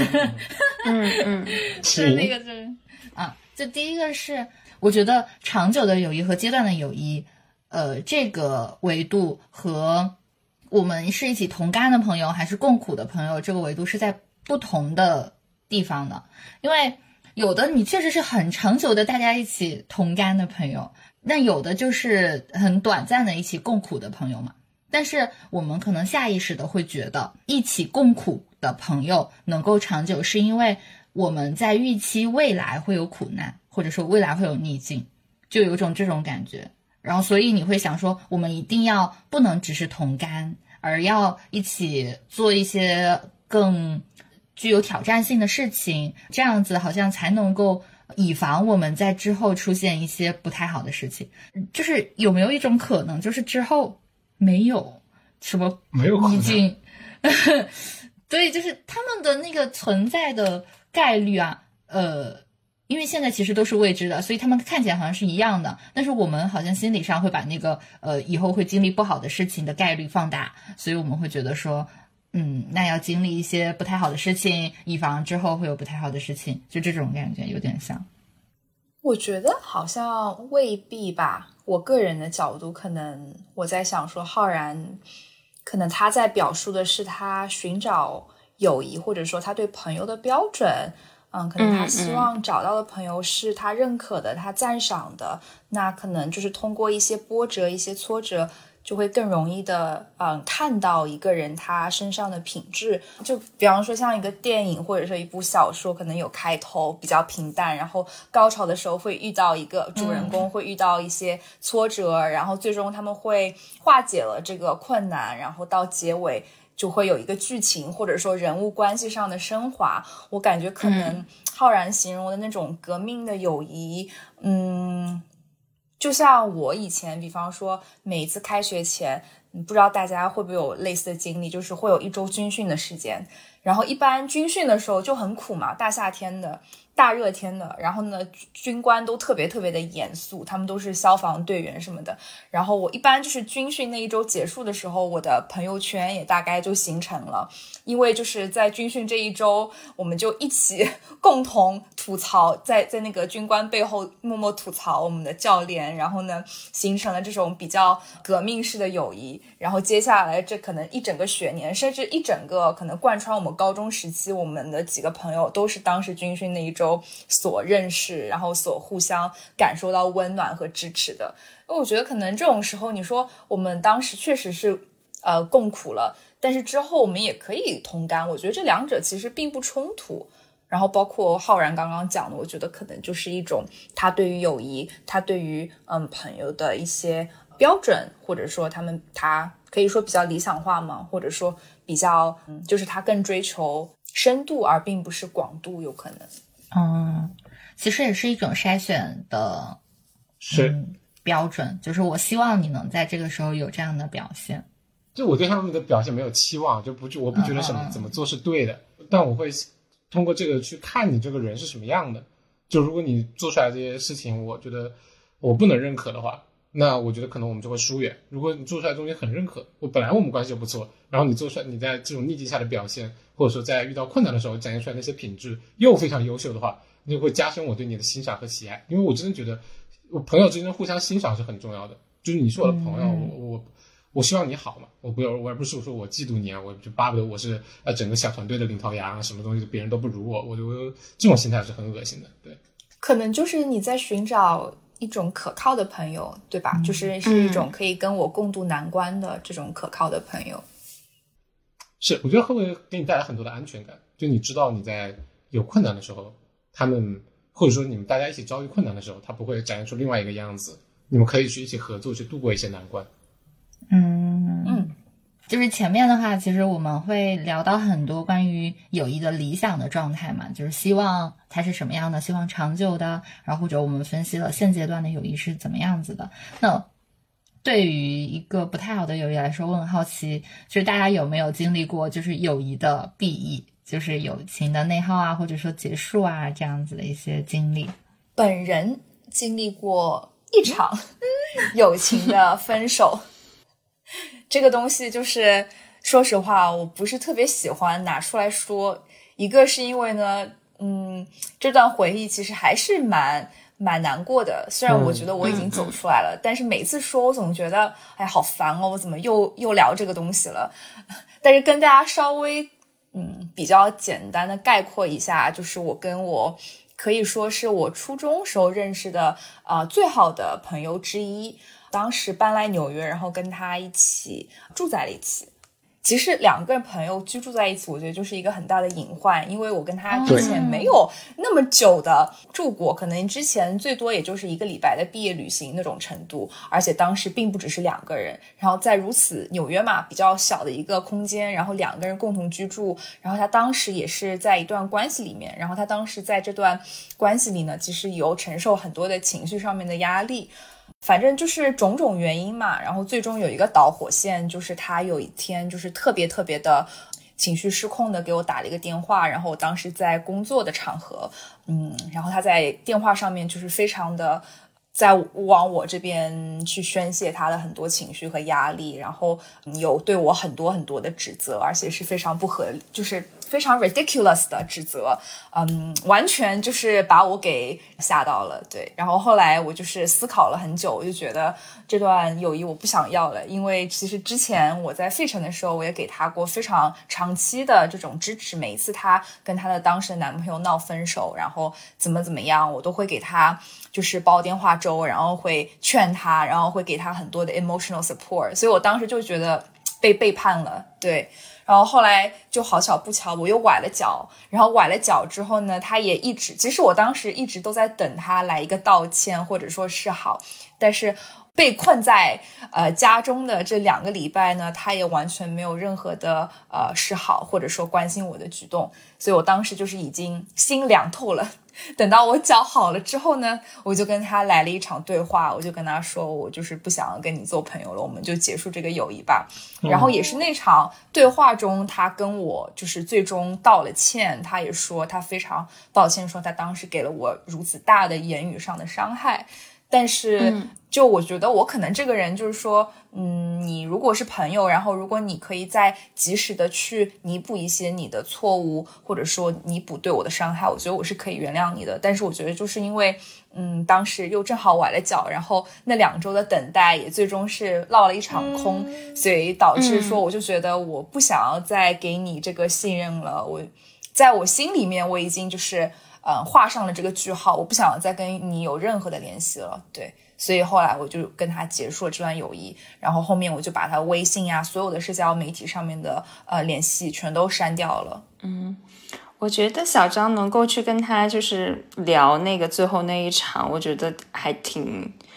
就是那个就是就第一个是我觉得长久的友谊和阶段的友谊这个维度和我们是一起同甘的朋友还是共苦的朋友这个维度是在不同的地方的。因为有的你确实是很长久的大家一起同甘的朋友，那有的就是很短暂的一起共苦的朋友嘛。但是我们可能下意识的会觉得一起共苦的朋友能够长久，是因为我们在预期未来会有苦难，或者说未来会有逆境，就有种这种感觉。然后所以你会想说我们一定要不能只是同甘，而要一起做一些更具有挑战性的事情，这样子好像才能够以防我们在之后出现一些不太好的事情。就是有没有一种可能，就是之后没有什么逆境对，就是他们的那个存在的概率啊，因为现在其实都是未知的，所以他们看起来好像是一样的，但是我们好像心理上会把那个以后会经历不好的事情的概率放大，所以我们会觉得说那要经历一些不太好的事情，以防之后会有不太好的事情，就这种感觉有点像。 我觉得好像未必吧，我个人的角度可能我在想说浩然可能他在表述的是他寻找友谊或者说他对朋友的标准，可能他希望找到的朋友是他认可的他赞赏的，那可能就是通过一些波折一些挫折就会更容易的看到一个人他身上的品质。就比方说像一个电影或者说一部小说，可能有开头比较平淡，然后高潮的时候会遇到一个主人公会遇到一些挫折，然后最终他们会化解了这个困难，然后到结尾就会有一个剧情或者说人物关系上的升华。我感觉可能浩然形容的那种革命的友谊就像我以前比方说每一次开学前，不知道大家会不会有类似的经历，就是会有1周军训的时间，然后一般军训的时候就很苦嘛，大夏天的大热天的，然后呢军官都特别特别的严肃，他们都是消防队员什么的，然后我一般就是军训那1周结束的时候，我的朋友圈也大概就形成了，因为就是在军训这1周我们就一起共同吐槽，在那个军官背后默默吐槽我们的教练，然后呢形成了这种比较革命式的友谊。然后接下来这可能一整个学年甚至一整个可能贯穿我们高中时期，我们的几个朋友都是当时军训那1周所认识，然后所互相感受到温暖和支持的。我觉得可能这种时候你说我们当时确实是共苦了，但是之后我们也可以同甘，我觉得这两者其实并不冲突。然后包括浩然刚刚讲的，我觉得可能就是一种他对于友谊他对于朋友的一些标准，或者说他可以说比较理想化嘛，或者说比较就是他更追求深度而并不是广度，有可能。 其实也是一种筛选的是、 标准，就是我希望你能在这个时候有这样的表现。 就我对他们的表现没有期望，我不觉得怎么做是对的，但我会通过这个去看你这个人是什么样的。就如果你做出来这些事情，我觉得我不能认可的话，那我觉得可能我们就会疏远。如果你做出来的东西很认可，本来我们关系就不错，然后你做出来你在这种逆境下的表现，或者说在遇到困难的时候展现出来那些品质又非常优秀的话，那就会加深我对你的欣赏和喜爱。因为我真的觉得我朋友之间互相欣赏是很重要的，就是你是我的朋友，我希望你好嘛，我而不是说我嫉妒你啊，我就巴不得我是整个小团队的领头羊，什么东西别人都不如我，我就这种心态是很恶心的。对， 可能就是你在寻找一种可靠的朋友，对吧？就是一种可以跟我共度难关的这种可靠的朋友。 是，我觉得会不会给你带来很多的安全感？就你知道你在有困难的时候，他们或者说你们大家一起遭遇困难的时候，他不会展现出另外一个样子，你们可以去一起合作去度过一些难关。 就是前面的话，其实我们会聊到很多关于友谊的理想的状态嘛，就是希望它是什么样的，希望长久的，然后或者我们分析了现阶段的友谊是怎么样子的。那对于一个不太好的友谊来说，我很好奇，就是大家有没有经历过就是友谊的 BE， 就是友情的内耗啊，或者说结束啊这样子的一些经历？ 本人经历过一场友情的分手。这个东西就是说实话我不是特别喜欢拿出来说，一个是因为呢这段回忆其实还是蛮难过的，虽然我觉得我已经走出来了，但是每次说我总觉得哎好烦哦，我怎么又聊这个东西了。但是跟大家稍微比较简单的概括一下，就是我跟我可以说是我初中时候认识的最好的朋友之一，当时搬来纽约，然后跟他一起住在了一起。其实两个朋友居住在一起，我觉得就是一个很大的隐患，因为我跟他之前没有那么久的住过，可能之前最多也就是1个礼拜的毕业旅行那种程度，而且当时并不只是2个人，然后在如此纽约嘛比较小的一个空间，然后2个人共同居住，然后他当时也是在一段关系里面，然后他当时在这段关系里呢，其实有承受很多的情绪上面的压力。反正就是种种原因嘛，然后最终有一个导火线，就是他有一天就是特别的情绪失控的给我打了一个电话，然后我当时在工作的场合，然后他在电话上面就是非常的在往我这边去宣泄他的很多情绪和压力，然后有对我很多的指责，而且是非常不合理，就是非常 ridiculous 的指责，完全就是把我给吓到了。对，然后后来我就是思考了很久，我就觉得这段友谊我不想要了，因为其实之前我在费城的时候，我也给他过非常长期的这种支持，每一次他跟他的当时的男朋友闹分手，然后怎么样，我都会给他就是煲电话粥，然后会劝他，然后会给他很多的 emotional support， 所以我当时就觉得被背叛了。对，然后后来就好巧不巧我又崴了脚，然后崴了脚之后呢，他也其实我当时一直都在等他来一个道歉或者说示好，但是被困在家中的这2个礼拜呢，他也完全没有任何的示好或者说关心我的举动，所以我当时就是已经心凉透了。等到我脚好了之后呢，我就跟他来了一场对话，我就跟他说我就是不想跟你做朋友了，我们就结束这个友谊吧。然后也是那场对话中，他跟我就是最终道了歉，他也说他非常抱歉，说他当时给了我如此大的言语上的伤害。但是就我觉得我可能这个人就是说你如果是朋友，然后如果你可以再及时的去弥补一些你的错误，或者说弥补对我的伤害，我觉得我是可以原谅你的。但是我觉得就是因为当时又正好崴了脚，然后那2周的等待也最终是落了一场空，所以导致说我就觉得我不想要再给你这个信任了，我在我心里面我已经就是画上了这个句号，我不想再跟你有任何的联系了。对，所以后来我就跟他结束了这段友谊，然后后面我就把他微信呀所有的社交媒体上面的联系全都删掉了。 我觉得小张能够去跟他就是聊那个最后那一场，我觉得还挺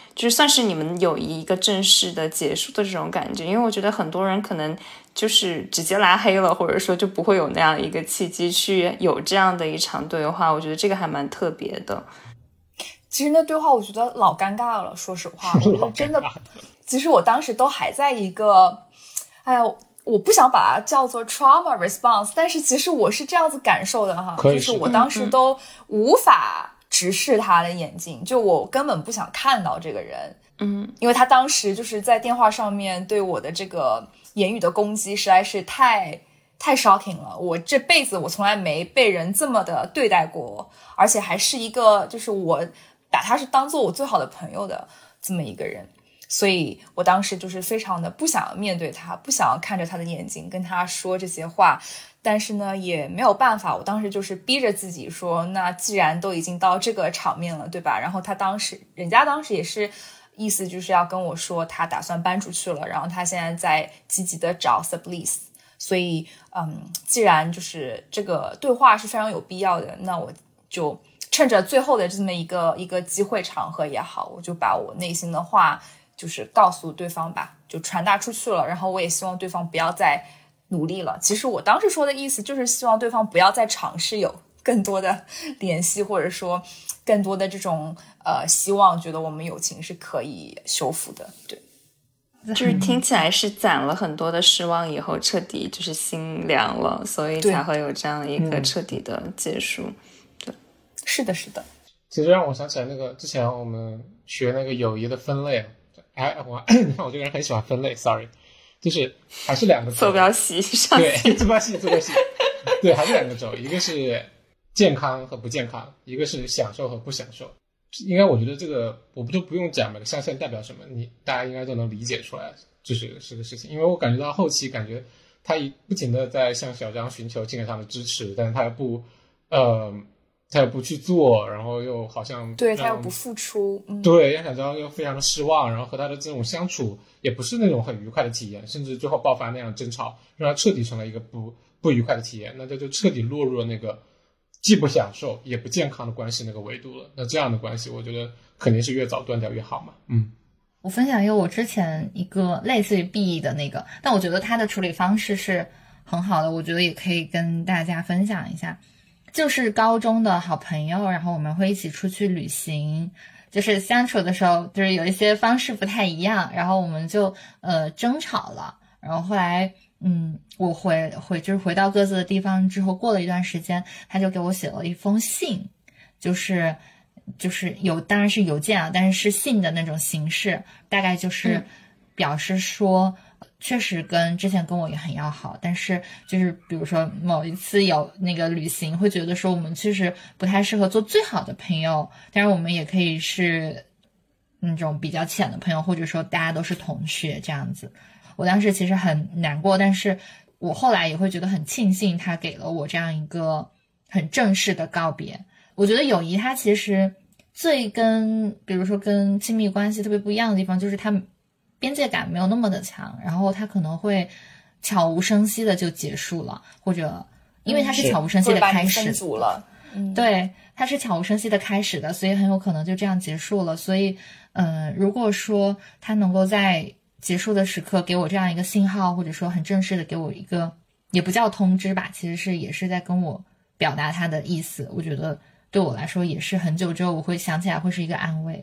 就是算是你们友谊一个正式的结束的这种感觉。因为我觉得很多人可能就是直接拉黑了，或者说就不会有那样一个契机去有这样的一场对话，我觉得这个还蛮特别的。 其实那对话我觉得老尴尬了，说实话，我觉得真的，其实我当时都还在一个，哎呀，我不想把它叫做 trauma response， 但是其实我是这样子感受的哈，就是我当时都无法直视他的眼睛，就我根本不想看到这个人，因为他当时就是在电话上面对我的这个言语的攻击实在是太 shocking 了，我这辈子我从来没被人这么的对待过，而且还是一个就是我把他是当做我最好的朋友的这么一个人，所以我当时就是非常的不想面对他，不想要看着他的眼睛跟他说这些话，但是呢也没有办法，我当时就是逼着自己说，那既然都已经到这个场面了，对吧？然后人家当时也是意思就是要跟我说他打算搬出去了，然后他现在在积极的找 sublease， 所以既然就是这个对话是非常有必要的，那我就趁着最后的这么一个机会场合也好，我就把我内心的话就是告诉对方吧，就传达出去了，然后我也希望对方不要再努力了。其实我当时说的意思就是希望对方不要再尝试有更多的联系，或者说更多的这种希望觉得我们友情是可以修复的。对， 就是听起来是攒了很多的失望以后彻底就是心凉了，所以才会有这样一个彻底的结束。对， 是的是的。 其实让我想起来那个之前我们学那个友谊的分类，你看我这个人很喜欢分类 sorry， 就是还是两个坐标系上对，坐标系对，还是两个轴，一个是健康和不健康，一个是享受和不享受。应该我觉得这个我就不用讲每个象限代表什么，大家应该都能理解出来，就是这个事情。因为我感觉到后期感觉他不仅的在向小张寻求精神上的支持，但是他又不去做，然后又好像对他又不付出， 对，让小张又非常的失望，然后和他的这种相处也不是那种很愉快的体验，甚至最后爆发那样争吵，让他彻底成了一个不愉快的体验，那就彻底落入了那个既不享受也不健康的关系那个维度了。那这样的关系我觉得肯定是越早断掉越好嘛。 我分享一个我之前一个类似于 BE 的那个，但我觉得他的处理方式是很好的，我觉得也可以跟大家分享一下。就是高中的好朋友，然后我们会一起出去旅行，就是相处的时候就是有一些方式不太一样，然后我们就争吵了，然后后来我就是回到各自的地方之后，过了一段时间，他就给我写了一封信，就是当然是邮件啊，但是是信的那种形式，大概就是表示说确实之前跟我也很要好，但是就是比如说某一次有那个旅行，会觉得说我们确实不太适合做最好的朋友，但是我们也可以是那种比较浅的朋友，或者说大家都是同学这样子。我当时其实很难过，但是我后来也会觉得很庆幸他给了我这样一个很正式的告别。我觉得友谊它其实比如说跟亲密关系特别不一样的地方，就是它边界感没有那么的强，然后它可能会悄无声息的就结束了，或者因为它是悄无声息的开始，对，它是悄无声息的开始的，所以很有可能就这样结束了。所以如果说他能够在结束的时刻给我这样一个信号，或者说很正式的给我一个，也不叫通知吧，其实也是在跟我表达他的意思，我觉得对我来说也是很久之后我会想起来会是一个安慰。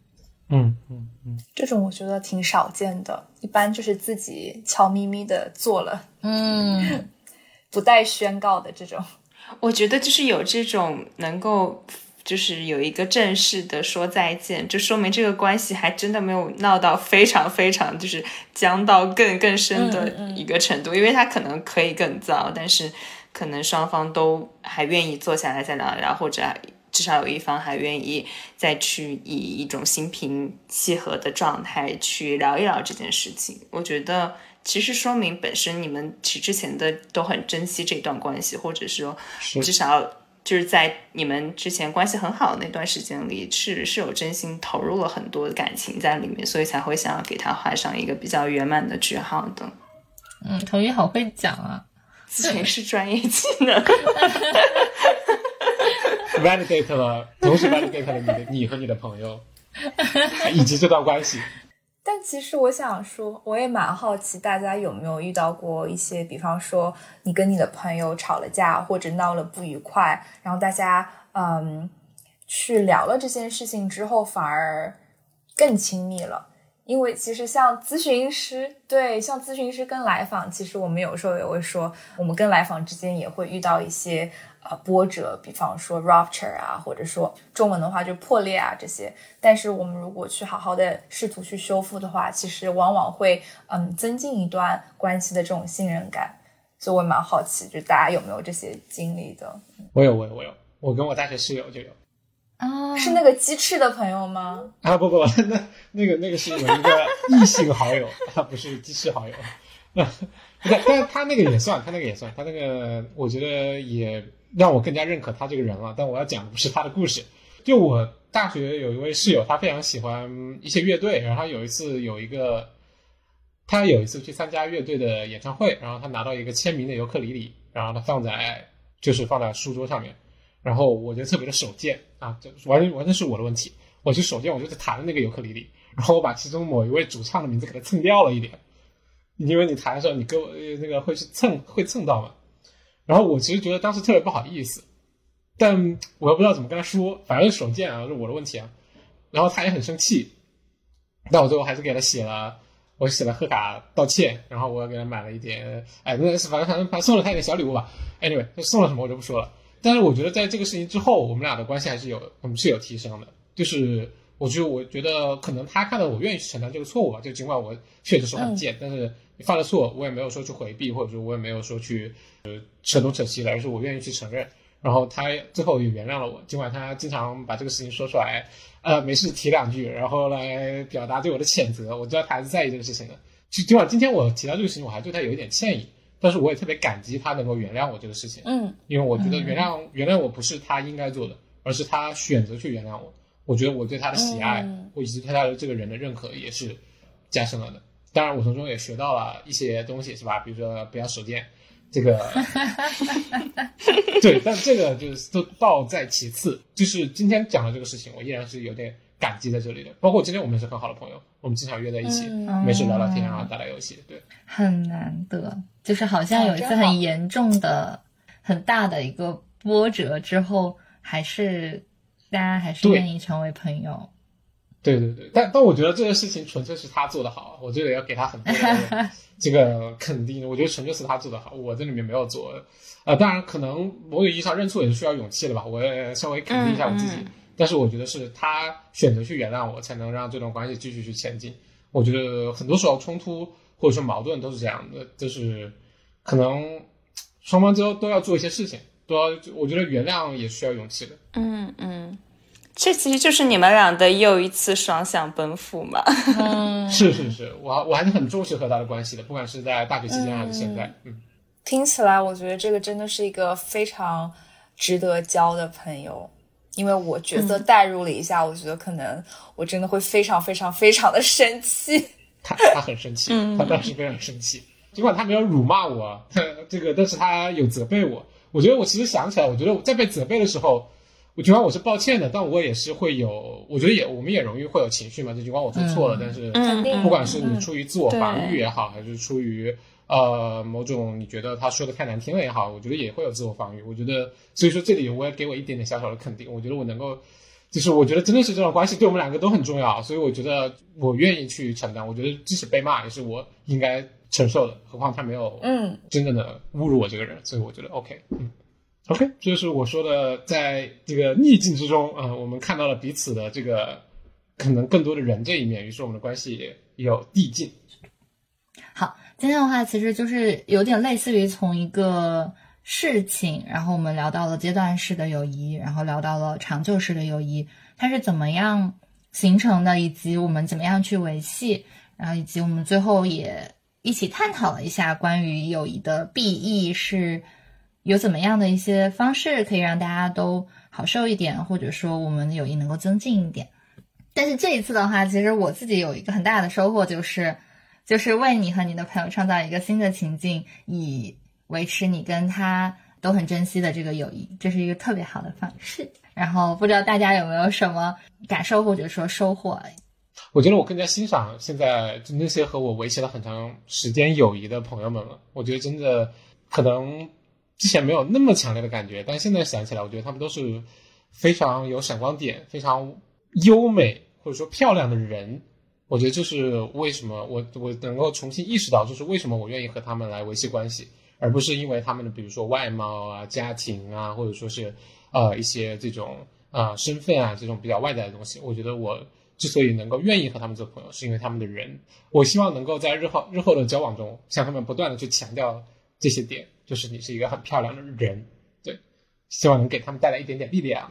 这种我觉得挺少见的，一般就是自己悄咪咪的做了，不带宣告的这种。 我觉得就是有这种能够就是有一个正式的说再见，就说明这个关系还真的没有闹到非常非常就是僵到更深的一个程度，因为他可能可以更糟，但是可能双方都还愿意坐下来再聊一聊，或者至少有一方还愿意再去以一种心平气和的状态去聊一聊这件事情。我觉得其实说明本身你们之前的都很珍惜这段关系，或者说至少就是在你们之前关系很好的那段时间里是有真心投入了很多感情在里面，所以才会想要给他画上一个比较圆满的句号的。 童宇好会讲啊， 自己是专业技能 validate 了，同时 validate 了你和你的朋友。 以及这段关系。 但其实我想说，我也蛮好奇大家有没有遇到过一些，比方说你跟你的朋友吵了架或者闹了不愉快，然后大家去聊了这件事情之后反而更亲密了。因为其实像咨询师跟来访，其实我们有时候也会说，我们跟来访之间也会遇到一些波折，比方说 rupture 啊，或者说中文的话就破裂啊这些。但是我们如果去好好的试图去修复的话，其实往往会增进一段关系的这种信任感。所以我蛮好奇，就大家有没有这些经历的？ 我有，我跟我大学室友就有。 是那个鸡翅的朋友吗？ 啊不，那个是我一个异性好友，他不是鸡翅好友。但他那个也算，他那个我觉得也让我更加认可他这个人了。但我要讲的不是他的故事。就我大学有一位室友，他非常喜欢一些乐队，然后他有一次去参加乐队的演唱会，然后他拿到一个签名的尤克里里，然后他放在书桌上面。然后我就特别的手贱啊，这完全是我的问题。我就手贱，我就弹了那个尤克里里，然后我把其中某一位主唱的名字给他蹭掉了一点，因为你弹的时候你跟我那个会蹭到嘛。然后我其实觉得当时特别不好意思，但我又不知道怎么跟他说，反正手贱啊，是我的问题啊。然后他也很生气，但我最后还是给他写了贺卡道歉，然后我给他买了一点，反正送了他一点小礼物吧。Anyway， 送了什么我就不说了。但是我觉得在这个事情之后，我们俩的关系还是我们是有提升的。就是我觉得可能他看到我愿意去承担这个错误吧，就尽管我确实是很贱，但是你犯了错，我也没有说去回避，或者说我也没有说去扯东扯西的，而是我愿意去承认。然后他最后也原谅了我，尽管他经常把这个事情说出来，没事提两句，然后来表达对我的谴责，我知道他还是在意这个事情的。尽管今天我提到这个事情，我还对他有一点歉意。但是我也特别感激他能够原谅我这个事情，因为我觉得原谅我不是他应该做的，而是他选择去原谅我。我觉得我对他的喜爱，我以及对他的这个人的认可也是加深了的。当然，我从中也学到了一些东西，是吧？比如说不要手贱，这个对，但这个就是都倒在其次。就是今天讲的这个事情，我依然是有点感激在这里的。包括今天我们是很好的朋友，我们经常约在一起，没事聊聊天，然后打打游戏。对， 很难得。就是好像有一次很严重的、很大的一个波折之后，大家还是愿意成为朋友。 对，但我觉得这个事情纯粹是他做得好，我觉得要给他很多的这个肯定。我觉得纯粹是他做得好，我这里面没有做。当然可能某种意义上认错也是需要勇气的吧，我也稍微肯定一下我自己。但是我觉得是他选择去原谅我，才能让这段关系继续去前进。我觉得很多时候冲突或者说矛盾都是这样的，就是可能双方都要做一些事情，我觉得原谅也需要勇气的。 这其实就是你们俩的又一次双向奔赴嘛。 是，我还是很重视和他的关系的，不管是在大学期间还是现在。 听起来我觉得这个真的是一个非常值得交的朋友。因为我角色代入了一下，我觉得可能我真的会非常非常非常的生气。 他很生气，他当时非常生气，尽管他没有辱骂我，但是他有责备我。我觉得我其实想起来，我觉得在被责备的时候，尽管我是抱歉的，但我也是会有，我觉得我们也容易会有情绪嘛。就尽管我做错了，但是不管是你出于自我防御也好，还是出于某种你觉得他说的太难听了也好，我觉得也会有自我防御。我觉得所以说这里我也给我一点点小小的肯定，我觉得我能够，就是我觉得真的是这种关系对我们两个都很重要，所以我觉得我愿意去承担。我觉得即使被骂也是我应该承受的，何况他没有真正的侮辱我这个人，所以我觉得 OK。OK， 这就是我说的，在这个逆境之中，我们看到了彼此的这个可能更多的人这一面，于是我们的关系也有递进。 好，今天的话其实就是有点类似于从一个事情，然后我们聊到了阶段式的友谊，然后聊到了长久式的友谊，它是怎么样形成的，以及我们怎么样去维系，然后以及我们最后也一起探讨了一下关于友谊的裨益是有怎么样的一些方式可以让大家都好受一点，或者说我们的友谊能够增进一点。但是这一次的话，其实我自己有一个很大的收获，就是为你和你的朋友创造一个新的情境，以维持你跟他都很珍惜的这个友谊，这是一个特别好的方式。 然后不知道大家有没有什么感受或者说收获？ 我觉得我更加欣赏现在就那些和我维系了很长时间友谊的朋友们了。我觉得真的可能之前没有那么强烈的感觉，但现在想起来，我觉得他们都是非常有闪光点、非常优美或者说漂亮的人。我觉得这是为什么我能够重新意识到，就是为什么我愿意和他们来维系关系，而不是因为他们的比如说外貌啊、家庭啊，或者说是一些这种身份啊这种比较外在的东西。我觉得我之所以能够愿意和他们做朋友，是因为他们的人。我希望能够在日后的交往中，向他们不断的去强调这些点，就是你是一个很漂亮的人，对，希望能给他们带来一点点力量。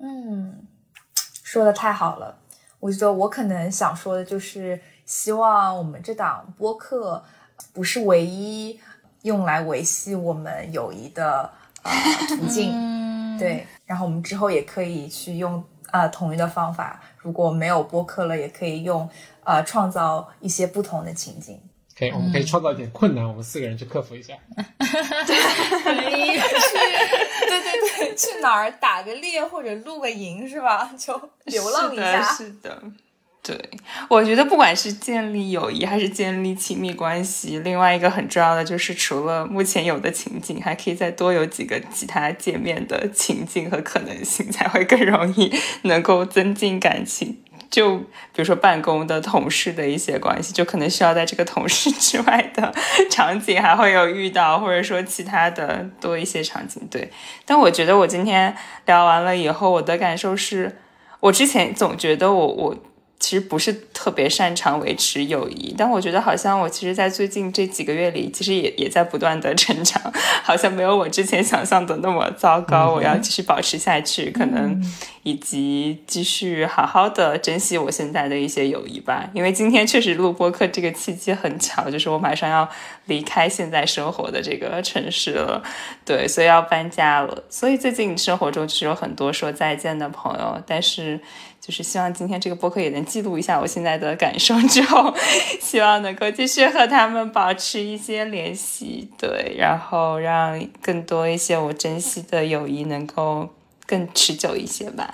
说的太好了。我觉得我可能想说的就是，希望我们这档播客不是唯一用来维系我们友谊的途径，对。然后我们之后也可以去用同一的方法，如果没有播客了，也可以用创造一些不同的情景。 可以，我们可以创造一点困难，我们4个人去克服一下。 可以对，去哪儿打个猎或者露个营是吧？就流浪一下。 是的。对，我觉得不管是建立友谊还是建立亲密关系，另外一个很重要的就是除了目前有的情景，还可以再多有几个其他界面的情境和可能性，才会更容易能够增进感情。就比如说办公的同事的一些关系，就可能需要在这个同事之外的场景还会有遇到，或者说其他的多一些场景。对，但我觉得我今天聊完了以后，我的感受是，我之前总觉得我其实不是特别擅长维持友谊，但我觉得好像我其实在最近这几个月里，其实也在不断的成长，好像没有我之前想象的那么糟糕。我要继续保持下去，可能以及继续好好的珍惜我现在的一些友谊吧。因为今天确实录播客这个契机很巧，就是我马上要离开现在生活的这个城市了，对，所以要搬家了。所以最近生活中其实有很多说再见的朋友，但是就是希望今天这个播客也能记录一下我现在的感受，之后希望能够继续和他们保持一些联系，对，然后让更多一些我珍惜的友谊能够更持久一些吧。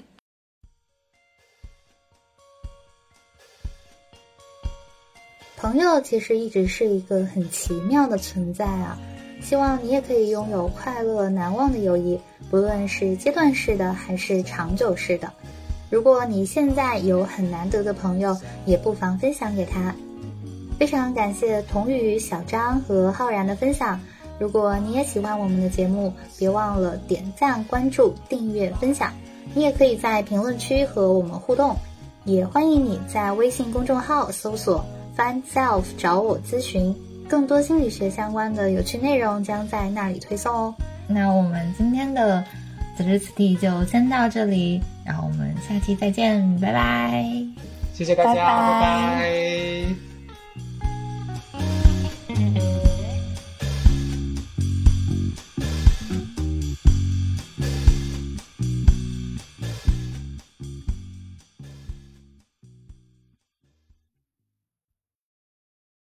朋友其实一直是一个很奇妙的存在啊，希望你也可以拥有快乐难忘的友谊，不论是阶段式的还是长久式的。如果你现在有很难得的朋友，也不妨分享给他。非常感谢童宇、小张和浩然的分享。如果你也喜欢我们的节目，别忘了点赞、关注、订阅、分享。你也可以在评论区和我们互动，也欢迎你在微信公众号搜索 Find Self 找我咨询，更多心理学相关的有趣内容将在那里推送哦。 那我们今天的此时此地就先到这里，然后我们下期再见，拜拜。 谢谢大家，拜拜。